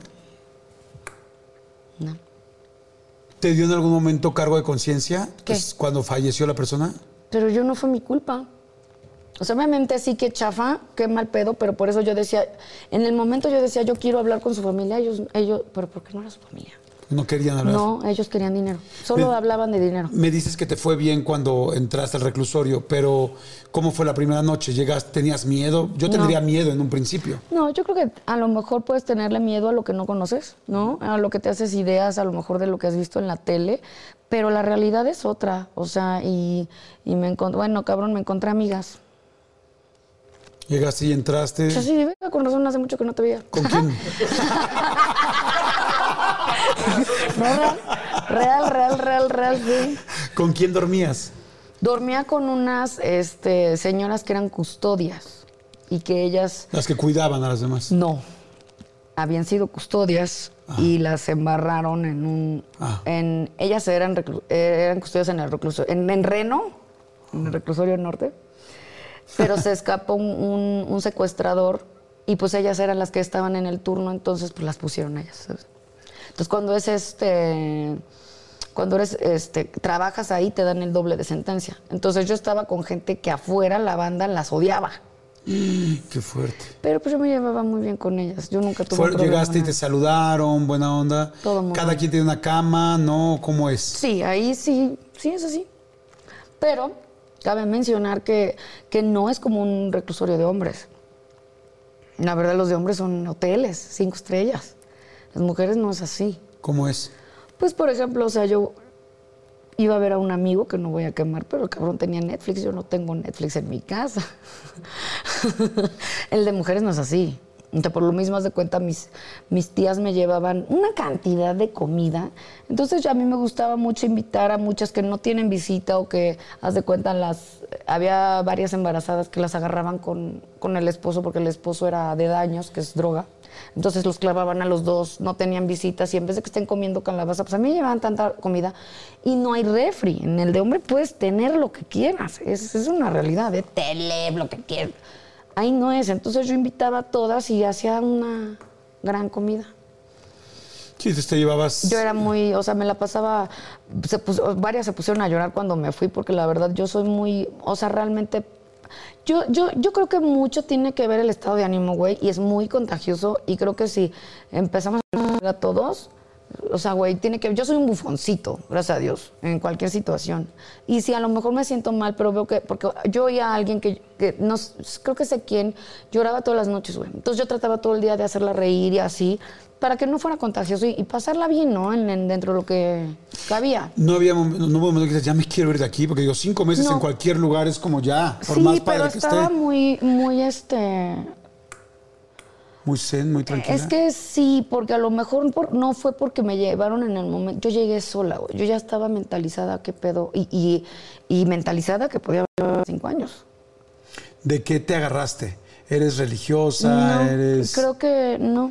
[SPEAKER 2] No.
[SPEAKER 1] ¿Te dio en algún momento cargo de conciencia?
[SPEAKER 2] ¿Qué?
[SPEAKER 1] Pues, cuando falleció la persona.
[SPEAKER 2] Pero yo no fue mi culpa. O sea, obviamente sí que chafa, qué mal pedo, pero por eso yo decía, en el momento yo decía, yo quiero hablar con su familia, ellos, pero ¿por qué no era su familia?
[SPEAKER 1] No querían hablar.
[SPEAKER 2] No, ellos querían dinero. Solo hablaban de dinero.
[SPEAKER 1] Me dices que te fue bien cuando entraste al reclusorio, pero ¿cómo fue la primera noche? ¿Llegaste, tenías miedo? Yo tendría miedo en un principio.
[SPEAKER 2] No, yo creo que a lo mejor puedes tenerle miedo a lo que no conoces, ¿no? A lo que te haces ideas, a lo mejor de lo que has visto en la tele, pero la realidad es otra. O sea, y me encontré, bueno, cabrón, me encontré amigas.
[SPEAKER 1] Llegaste y entraste.
[SPEAKER 2] Pues sí, con razón, hace mucho que no te veía.
[SPEAKER 1] ¿Con quién?
[SPEAKER 2] No, real, sí.
[SPEAKER 1] ¿Con quién dormías?
[SPEAKER 2] Dormía con unas señoras que eran custodias y que ellas...
[SPEAKER 1] Las que cuidaban a las demás.
[SPEAKER 2] No, habían sido custodias y las embarraron en un... ellas eran custodias en el reclusorio, en Reno, en el reclusorio norte, pero se escapó un secuestrador y pues ellas eran las que estaban en el turno, entonces pues las pusieron a ellas, ¿sabes? Entonces cuando eres trabajas ahí te dan el doble de sentencia. Entonces yo estaba con gente que afuera la banda las odiaba.
[SPEAKER 1] Qué fuerte.
[SPEAKER 2] Pero pues yo me llevaba muy bien con ellas. Yo nunca tuve problema.
[SPEAKER 1] Llegaste y te saludaron, buena onda.
[SPEAKER 2] Todo mundo.
[SPEAKER 1] Cada quien tiene una cama, ¿no? ¿Cómo es?
[SPEAKER 2] Sí, ahí sí es así. Pero cabe mencionar que no es como un reclusorio de hombres. La verdad, los de hombres son hoteles, 5 estrellas. Las mujeres no es así.
[SPEAKER 1] ¿Cómo es?
[SPEAKER 2] Pues, por ejemplo, o sea, yo iba a ver a un amigo que no voy a quemar, pero el cabrón tenía Netflix. Yo no tengo Netflix en mi casa. El de mujeres no es así. O sea, por lo mismo, haz de cuenta, mis tías me llevaban una cantidad de comida. Entonces, a mí me gustaba mucho invitar a muchas que no tienen visita o que, haz de cuenta, había varias embarazadas que las agarraban con el esposo porque el esposo era de daños, que es droga. Entonces los clavaban a los dos, no tenían visitas y en vez de que estén comiendo calabaza, pues a mí me llevaban tanta comida y no hay refri. En el de hombre puedes tener lo que quieras, es una realidad, de tele, lo que quieras. Ahí no es, entonces yo invitaba a todas y hacía una gran comida.
[SPEAKER 1] Sí, te llevabas...
[SPEAKER 2] Yo era muy, o sea, me la pasaba, varias se pusieron a llorar cuando me fui porque la verdad yo soy muy, o sea, realmente... Yo creo que mucho tiene que ver el estado de ánimo, güey, y es muy contagioso y creo que si empezamos a todos, o sea, güey, yo soy un bufoncito, gracias a Dios, en cualquier situación. Y si a lo mejor me siento mal, pero veo que, porque yo oía a alguien que no, creo que sé quién, lloraba todas las noches, güey. Entonces yo trataba todo el día de hacerla reír y así, para que no fuera contagioso y pasarla bien, ¿no? Dentro de lo que cabía.
[SPEAKER 1] No hubo momento que dices, ya me quiero ir de aquí, porque digo, 5 meses en cualquier lugar es como ya, por
[SPEAKER 2] sí,
[SPEAKER 1] más padre que esté.
[SPEAKER 2] Sí, pero estaba muy,
[SPEAKER 1] muy zen, muy tranquila.
[SPEAKER 2] Es que sí, porque a lo mejor no fue porque me llevaron en el momento. Yo llegué sola, güey. Yo ya estaba mentalizada, qué pedo. Y mentalizada que podía haber 5 años.
[SPEAKER 1] ¿De qué te agarraste? ¿Eres religiosa?
[SPEAKER 2] No, creo que no.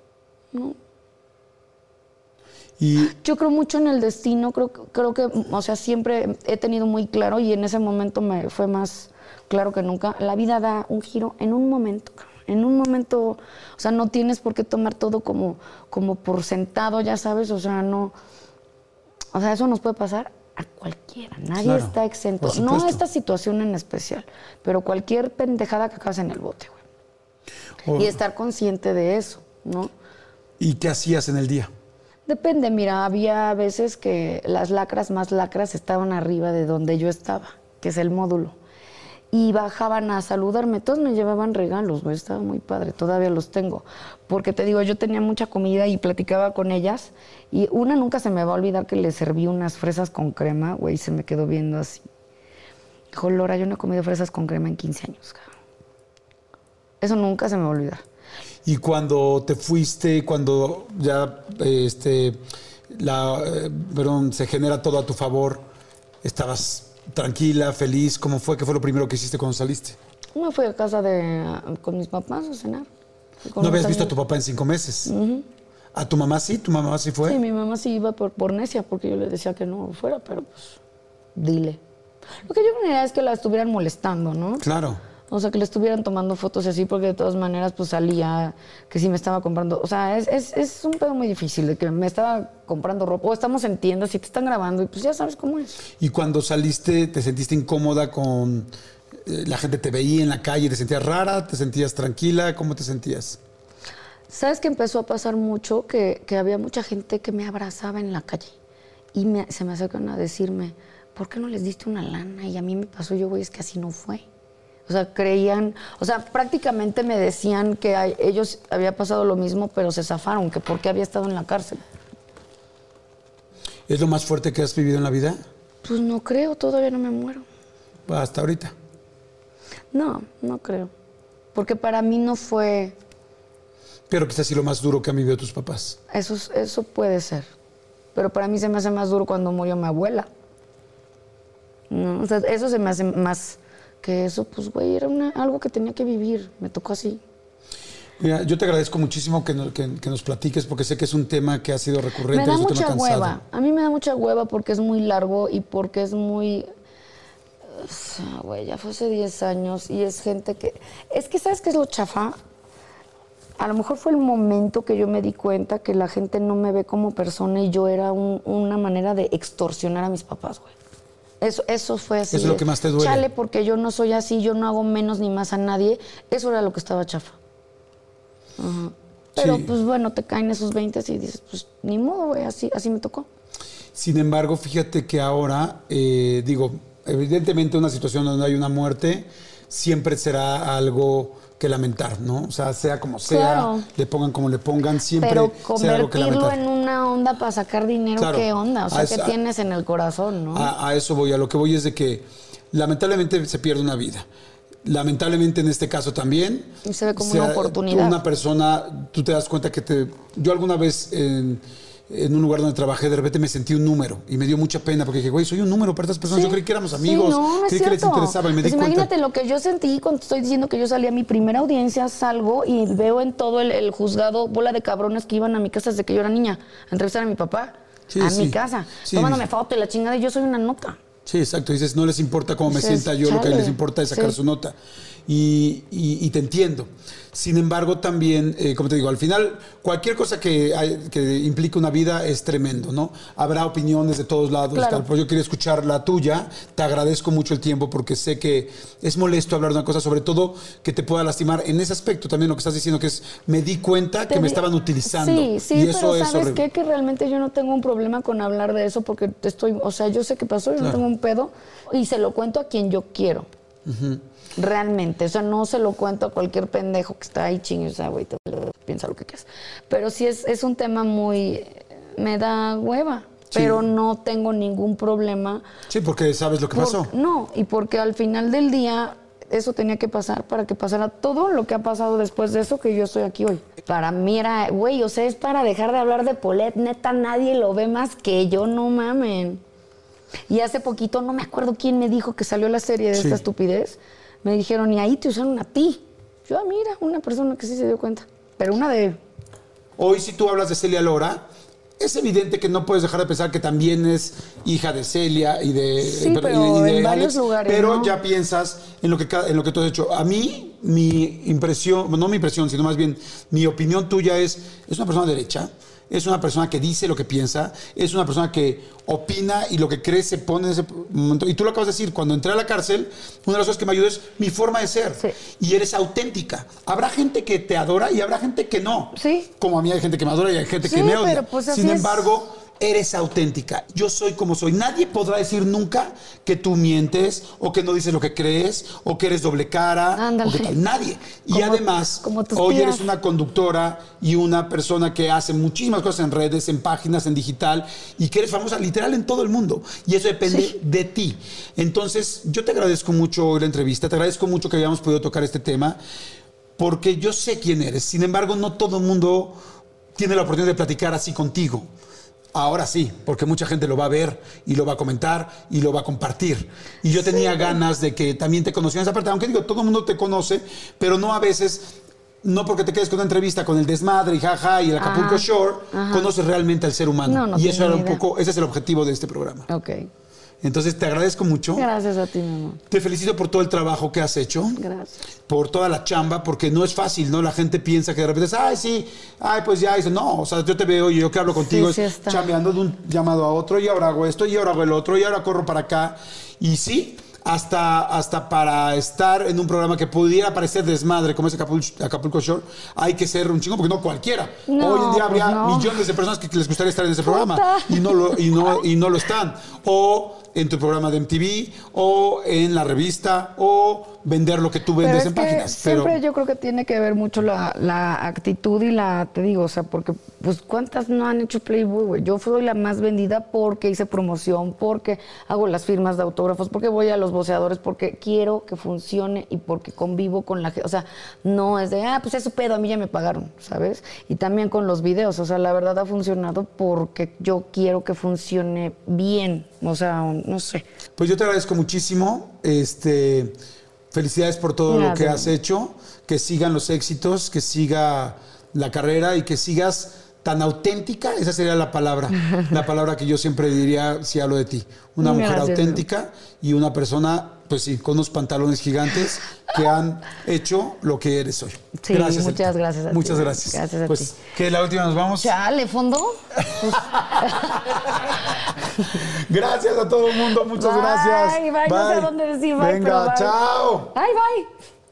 [SPEAKER 2] Y yo creo mucho en el destino. Creo que, o sea, siempre he tenido muy claro y en ese momento me fue más claro que nunca. La vida da un giro en un momento, En un momento, o sea, no tienes por qué tomar todo como por sentado, ya sabes, o sea, no. O sea, eso nos puede pasar a cualquiera, nadie está exento. No esta situación en especial, pero cualquier pendejada que hagas en el bote, güey. Y estar consciente de eso, ¿no?
[SPEAKER 1] ¿Y qué hacías en el día?
[SPEAKER 2] Depende, mira, había veces que las más lacras estaban arriba de donde yo estaba, que es el módulo. Y bajaban a saludarme, todos me llevaban regalos, güey, estaba muy padre, todavía los tengo. Porque te digo, yo tenía mucha comida y platicaba con ellas, y una nunca se me va a olvidar que le serví unas fresas con crema, güey, y se me quedó viendo así. Dijo, Lora, yo no he comido fresas con crema en 15 años, cabrón. Eso nunca se me va a olvidar.
[SPEAKER 1] Y cuando te fuiste, cuando ya se genera todo a tu favor, ¿estabas tranquila, feliz? ¿Cómo fue? ¿Qué fue lo primero que hiciste cuando saliste?
[SPEAKER 2] Me fui a casa con mis papás a cenar.
[SPEAKER 1] ¿No habías visto a tu papá en 5 meses? ¿A tu mamá sí? ¿Tu mamá sí fue?
[SPEAKER 2] Sí, mi mamá sí iba por necia, porque yo le decía que no fuera, pero pues, dile. Lo que yo quería es que la estuvieran molestando, ¿no?
[SPEAKER 1] Claro.
[SPEAKER 2] O sea, que le estuvieran tomando fotos y así, porque de todas maneras, pues salía, que sí me estaba comprando. O sea, es un pedo muy difícil, de que me estaba comprando ropa, o estamos en tiendas y te están grabando, y pues ya sabes cómo es.
[SPEAKER 1] ¿Y cuando saliste, te sentiste incómoda con... la gente te veía en la calle, te sentías rara, te sentías tranquila? ¿Cómo te sentías?
[SPEAKER 2] ¿Sabes que empezó a pasar mucho? Que había mucha gente que me abrazaba en la calle. Y se me acercan a decirme, ¿por qué no les diste una lana? Y a mí me pasó, yo, güey, es que así no fue. O sea, creían, o sea, prácticamente me decían que a ellos había pasado lo mismo, pero se zafaron, que porque había estado en la cárcel.
[SPEAKER 1] ¿Es lo más fuerte que has vivido en la vida?
[SPEAKER 2] Pues no creo, todavía no me muero.
[SPEAKER 1] Hasta ahorita.
[SPEAKER 2] No, no creo. Porque para mí no fue...
[SPEAKER 1] Pero quizás sí lo más duro que han vivido tus papás.
[SPEAKER 2] Eso puede ser. Pero para mí se me hace más duro cuando murió mi abuela. No, o sea, eso se me hace más que eso, pues, güey, era algo que tenía que vivir. Me tocó así.
[SPEAKER 1] Mira, yo te agradezco muchísimo que nos platiques, porque sé que es un tema que ha sido recurrente.
[SPEAKER 2] Me da
[SPEAKER 1] es un
[SPEAKER 2] mucha
[SPEAKER 1] tema cansado.
[SPEAKER 2] hueva. A mí me da mucha hueva porque es muy largo y porque es muy... O sea, güey, ya fue hace 10 años y es gente que... Es que, ¿sabes qué es lo chafa? A lo mejor fue el momento que yo me di cuenta que la gente no me ve como persona y yo era una manera de extorsionar a mis papás, güey. Eso fue así.
[SPEAKER 1] Eso es lo que más te duele.
[SPEAKER 2] Chale, porque yo no soy así, yo no hago menos ni más a nadie. Eso era lo que estaba chafa. Pero,
[SPEAKER 1] Sí.
[SPEAKER 2] pues, bueno, te caen esos 20 y dices, pues, ni modo, güey, así me tocó.
[SPEAKER 1] Sin embargo, fíjate que ahora, evidentemente una situación donde hay una muerte siempre será algo que lamentar, ¿no? O sea como sea,
[SPEAKER 2] Claro.
[SPEAKER 1] le pongan como le pongan, siempre
[SPEAKER 2] Pero
[SPEAKER 1] será algo que
[SPEAKER 2] convertirlo
[SPEAKER 1] lamentar.
[SPEAKER 2] en una onda para sacar dinero,
[SPEAKER 1] Claro.
[SPEAKER 2] ¿qué onda? O sea, ¿qué
[SPEAKER 1] A-
[SPEAKER 2] tienes en el corazón, no?
[SPEAKER 1] A eso voy, a lo que voy es de que lamentablemente se pierde una vida. Lamentablemente en este caso también.
[SPEAKER 2] Y se ve como una oportunidad.
[SPEAKER 1] Una persona, tú te das cuenta que yo alguna vez en un lugar donde trabajé, de repente me sentí un número y me dio mucha pena porque dije, güey, soy un número para estas personas.
[SPEAKER 2] Sí.
[SPEAKER 1] Yo creí que éramos amigos,
[SPEAKER 2] Sí, no es
[SPEAKER 1] creí que les
[SPEAKER 2] cierto.
[SPEAKER 1] interesaba y me
[SPEAKER 2] Pues
[SPEAKER 1] di cuenta.
[SPEAKER 2] imagínate lo que yo sentí cuando estoy diciendo que yo salí a mi primera audiencia, salgo y veo en todo el juzgado bola de cabrones que iban a mi casa desde que yo era niña a entrevistar a mi papá,
[SPEAKER 1] Sí,
[SPEAKER 2] a
[SPEAKER 1] sí.
[SPEAKER 2] mi casa,
[SPEAKER 1] Sí.
[SPEAKER 2] tomándome foto y la chingada y yo soy una nota.
[SPEAKER 1] Sí, exacto. Dices, no les importa cómo me
[SPEAKER 2] Dices,
[SPEAKER 1] sienta yo, lo que
[SPEAKER 2] chale.
[SPEAKER 1] les importa es sacar
[SPEAKER 2] Sí.
[SPEAKER 1] su nota. Y te entiendo. Sin embargo, también, como te digo, al final, cualquier cosa que implique una vida es tremendo, ¿no? Habrá opiniones de todos lados.
[SPEAKER 2] Claro.
[SPEAKER 1] Tal, pero yo quería escuchar la tuya. Te agradezco mucho el tiempo porque sé que es molesto hablar de una cosa, sobre todo que te pueda lastimar en ese aspecto. También lo que estás diciendo, que es, me di cuenta que me estaban utilizando.
[SPEAKER 2] Sí, sí,
[SPEAKER 1] y eso
[SPEAKER 2] pero
[SPEAKER 1] es
[SPEAKER 2] ¿sabes
[SPEAKER 1] horrible.
[SPEAKER 2] qué? Que realmente yo no tengo un problema con hablar de eso porque o sea, yo sé que pasó, yo no
[SPEAKER 1] Claro.
[SPEAKER 2] tengo un pedo y se lo cuento a quien yo quiero. Realmente, o sea, no se lo cuento a cualquier pendejo que está ahí chingue, o sea, güey, piensa lo que quieras. Pero sí es un tema muy... me da hueva,
[SPEAKER 1] Sí.
[SPEAKER 2] pero no tengo ningún problema.
[SPEAKER 1] Sí, porque sabes lo que pasó.
[SPEAKER 2] No, y porque al final del día eso tenía que pasar para que pasara todo lo que ha pasado después de eso que yo estoy aquí hoy. Para mí era, güey, o sea, es para dejar de hablar de Paulette, neta, nadie lo ve más que yo, no mamen. Y hace poquito, no me acuerdo quién me dijo que salió la serie de
[SPEAKER 1] Sí.
[SPEAKER 2] esta estupidez, me dijeron, y ahí te usaron a ti. Yo, mira, una persona que sí se dio cuenta, pero una de...
[SPEAKER 1] Hoy, si tú hablas de Celia Lora, es evidente que no puedes dejar de pensar que también es hija de Celia y de,
[SPEAKER 2] Sí, pero en varios lugares,
[SPEAKER 1] pero
[SPEAKER 2] ¿no?
[SPEAKER 1] ya piensas en lo que tú has hecho. A mí, mi impresión, no mi impresión, sino más bien mi opinión tuya es una persona derecha, es una persona que dice lo que piensa, es una persona que opina y lo que cree se pone en ese momento. Y tú lo acabas de decir, cuando entré a la cárcel, una de las cosas que me ayudó es mi forma de ser.
[SPEAKER 2] Sí.
[SPEAKER 1] Y eres auténtica. Habrá gente que te adora y habrá gente que no.
[SPEAKER 2] Sí.
[SPEAKER 1] Como a mí hay gente que me adora y hay gente
[SPEAKER 2] Sí,
[SPEAKER 1] que me odia.
[SPEAKER 2] pero pues así
[SPEAKER 1] Sin
[SPEAKER 2] es.
[SPEAKER 1] embargo, eres auténtica. Yo soy como soy. Nadie podrá decir nunca que tú mientes o que no dices lo que crees o que eres doble cara.
[SPEAKER 2] Ándale.
[SPEAKER 1] O que tal. Nadie. Y
[SPEAKER 2] Como-
[SPEAKER 1] además,
[SPEAKER 2] como tus
[SPEAKER 1] hoy
[SPEAKER 2] tías.
[SPEAKER 1] eres una conductora y una persona que hace muchísimas cosas en redes, en páginas, en digital y que eres famosa literal en todo el mundo. Y eso depende
[SPEAKER 2] Sí.
[SPEAKER 1] de ti. Entonces, yo te agradezco mucho hoy la entrevista. Te agradezco mucho que hayamos podido tocar este tema. porque yo sé quién eres. Sin embargo, no todo el mundo tiene la oportunidad de platicar así contigo. Ahora sí, porque mucha gente lo va a ver y lo va a comentar y lo va a compartir. Y yo tenía ganas de que también te conocieran esa parte, aunque digo, todo el mundo te conoce, pero no a veces, no porque te quedes con una entrevista con el desmadre y jaja y el Acapulco Shore, conoces realmente al ser humano.
[SPEAKER 2] No
[SPEAKER 1] y eso era un
[SPEAKER 2] idea.
[SPEAKER 1] poco, ese es el objetivo de este programa.
[SPEAKER 2] Ok.
[SPEAKER 1] Entonces te agradezco mucho.
[SPEAKER 2] Gracias a ti, mi amor.
[SPEAKER 1] Te felicito por todo el trabajo que has hecho.
[SPEAKER 2] Gracias.
[SPEAKER 1] Por toda la chamba, porque no es fácil, ¿no? La gente piensa que de repente es, ay, sí, ay, pues ya. Dice, no, o sea, yo te veo y yo que hablo contigo,
[SPEAKER 2] Sí,
[SPEAKER 1] es
[SPEAKER 2] está.
[SPEAKER 1] chambeando de un llamado a otro, y ahora hago esto, y ahora hago el otro, y ahora corro para acá. Y sí, hasta para estar en un programa que pudiera parecer desmadre, como es Acapulco Shore, hay que ser un chingo, porque no cualquiera.
[SPEAKER 2] No,
[SPEAKER 1] Hoy en día
[SPEAKER 2] pues
[SPEAKER 1] habría
[SPEAKER 2] no.
[SPEAKER 1] millones de personas que les gustaría estar en ese programa y no lo están. O en tu programa de MTV, o en la revista, o vender lo que tú
[SPEAKER 2] Pero
[SPEAKER 1] vendes
[SPEAKER 2] es
[SPEAKER 1] en
[SPEAKER 2] que
[SPEAKER 1] páginas.
[SPEAKER 2] siempre yo creo que tiene que ver mucho la actitud y te digo, o sea, porque pues ¿cuántas no han hecho Playboy, güey? Yo soy la más vendida porque hice promoción, porque hago las firmas de autógrafos, porque voy a los voceadores, porque quiero que funcione y porque convivo con la gente. O sea, no es de, pues es su pedo, a mí ya me pagaron, ¿sabes? Y también con los videos, o sea, la verdad ha funcionado porque yo quiero que funcione bien, o sea, no sé.
[SPEAKER 1] Pues yo te agradezco muchísimo. Felicidades por todo lo que has hecho. Que sigan los éxitos, que siga la carrera y que sigas tan auténtica. Esa sería la palabra que yo siempre diría si hablo de ti. Una mujer auténtica y una persona, pues sí, con unos pantalones gigantes que han hecho lo que eres hoy.
[SPEAKER 2] Sí,
[SPEAKER 1] gracias.
[SPEAKER 2] muchas gracias a ti.
[SPEAKER 1] Muchas gracias.
[SPEAKER 2] Gracias a
[SPEAKER 1] pues,
[SPEAKER 2] ti.
[SPEAKER 1] ¿qué? ¿La última nos vamos?
[SPEAKER 2] Chale, fondo.
[SPEAKER 1] Gracias a todo el mundo, muchas gracias.
[SPEAKER 2] Bye, no sé a dónde decir bye,
[SPEAKER 1] Venga,
[SPEAKER 2] pero bye.
[SPEAKER 1] chao.
[SPEAKER 2] Bye, bye.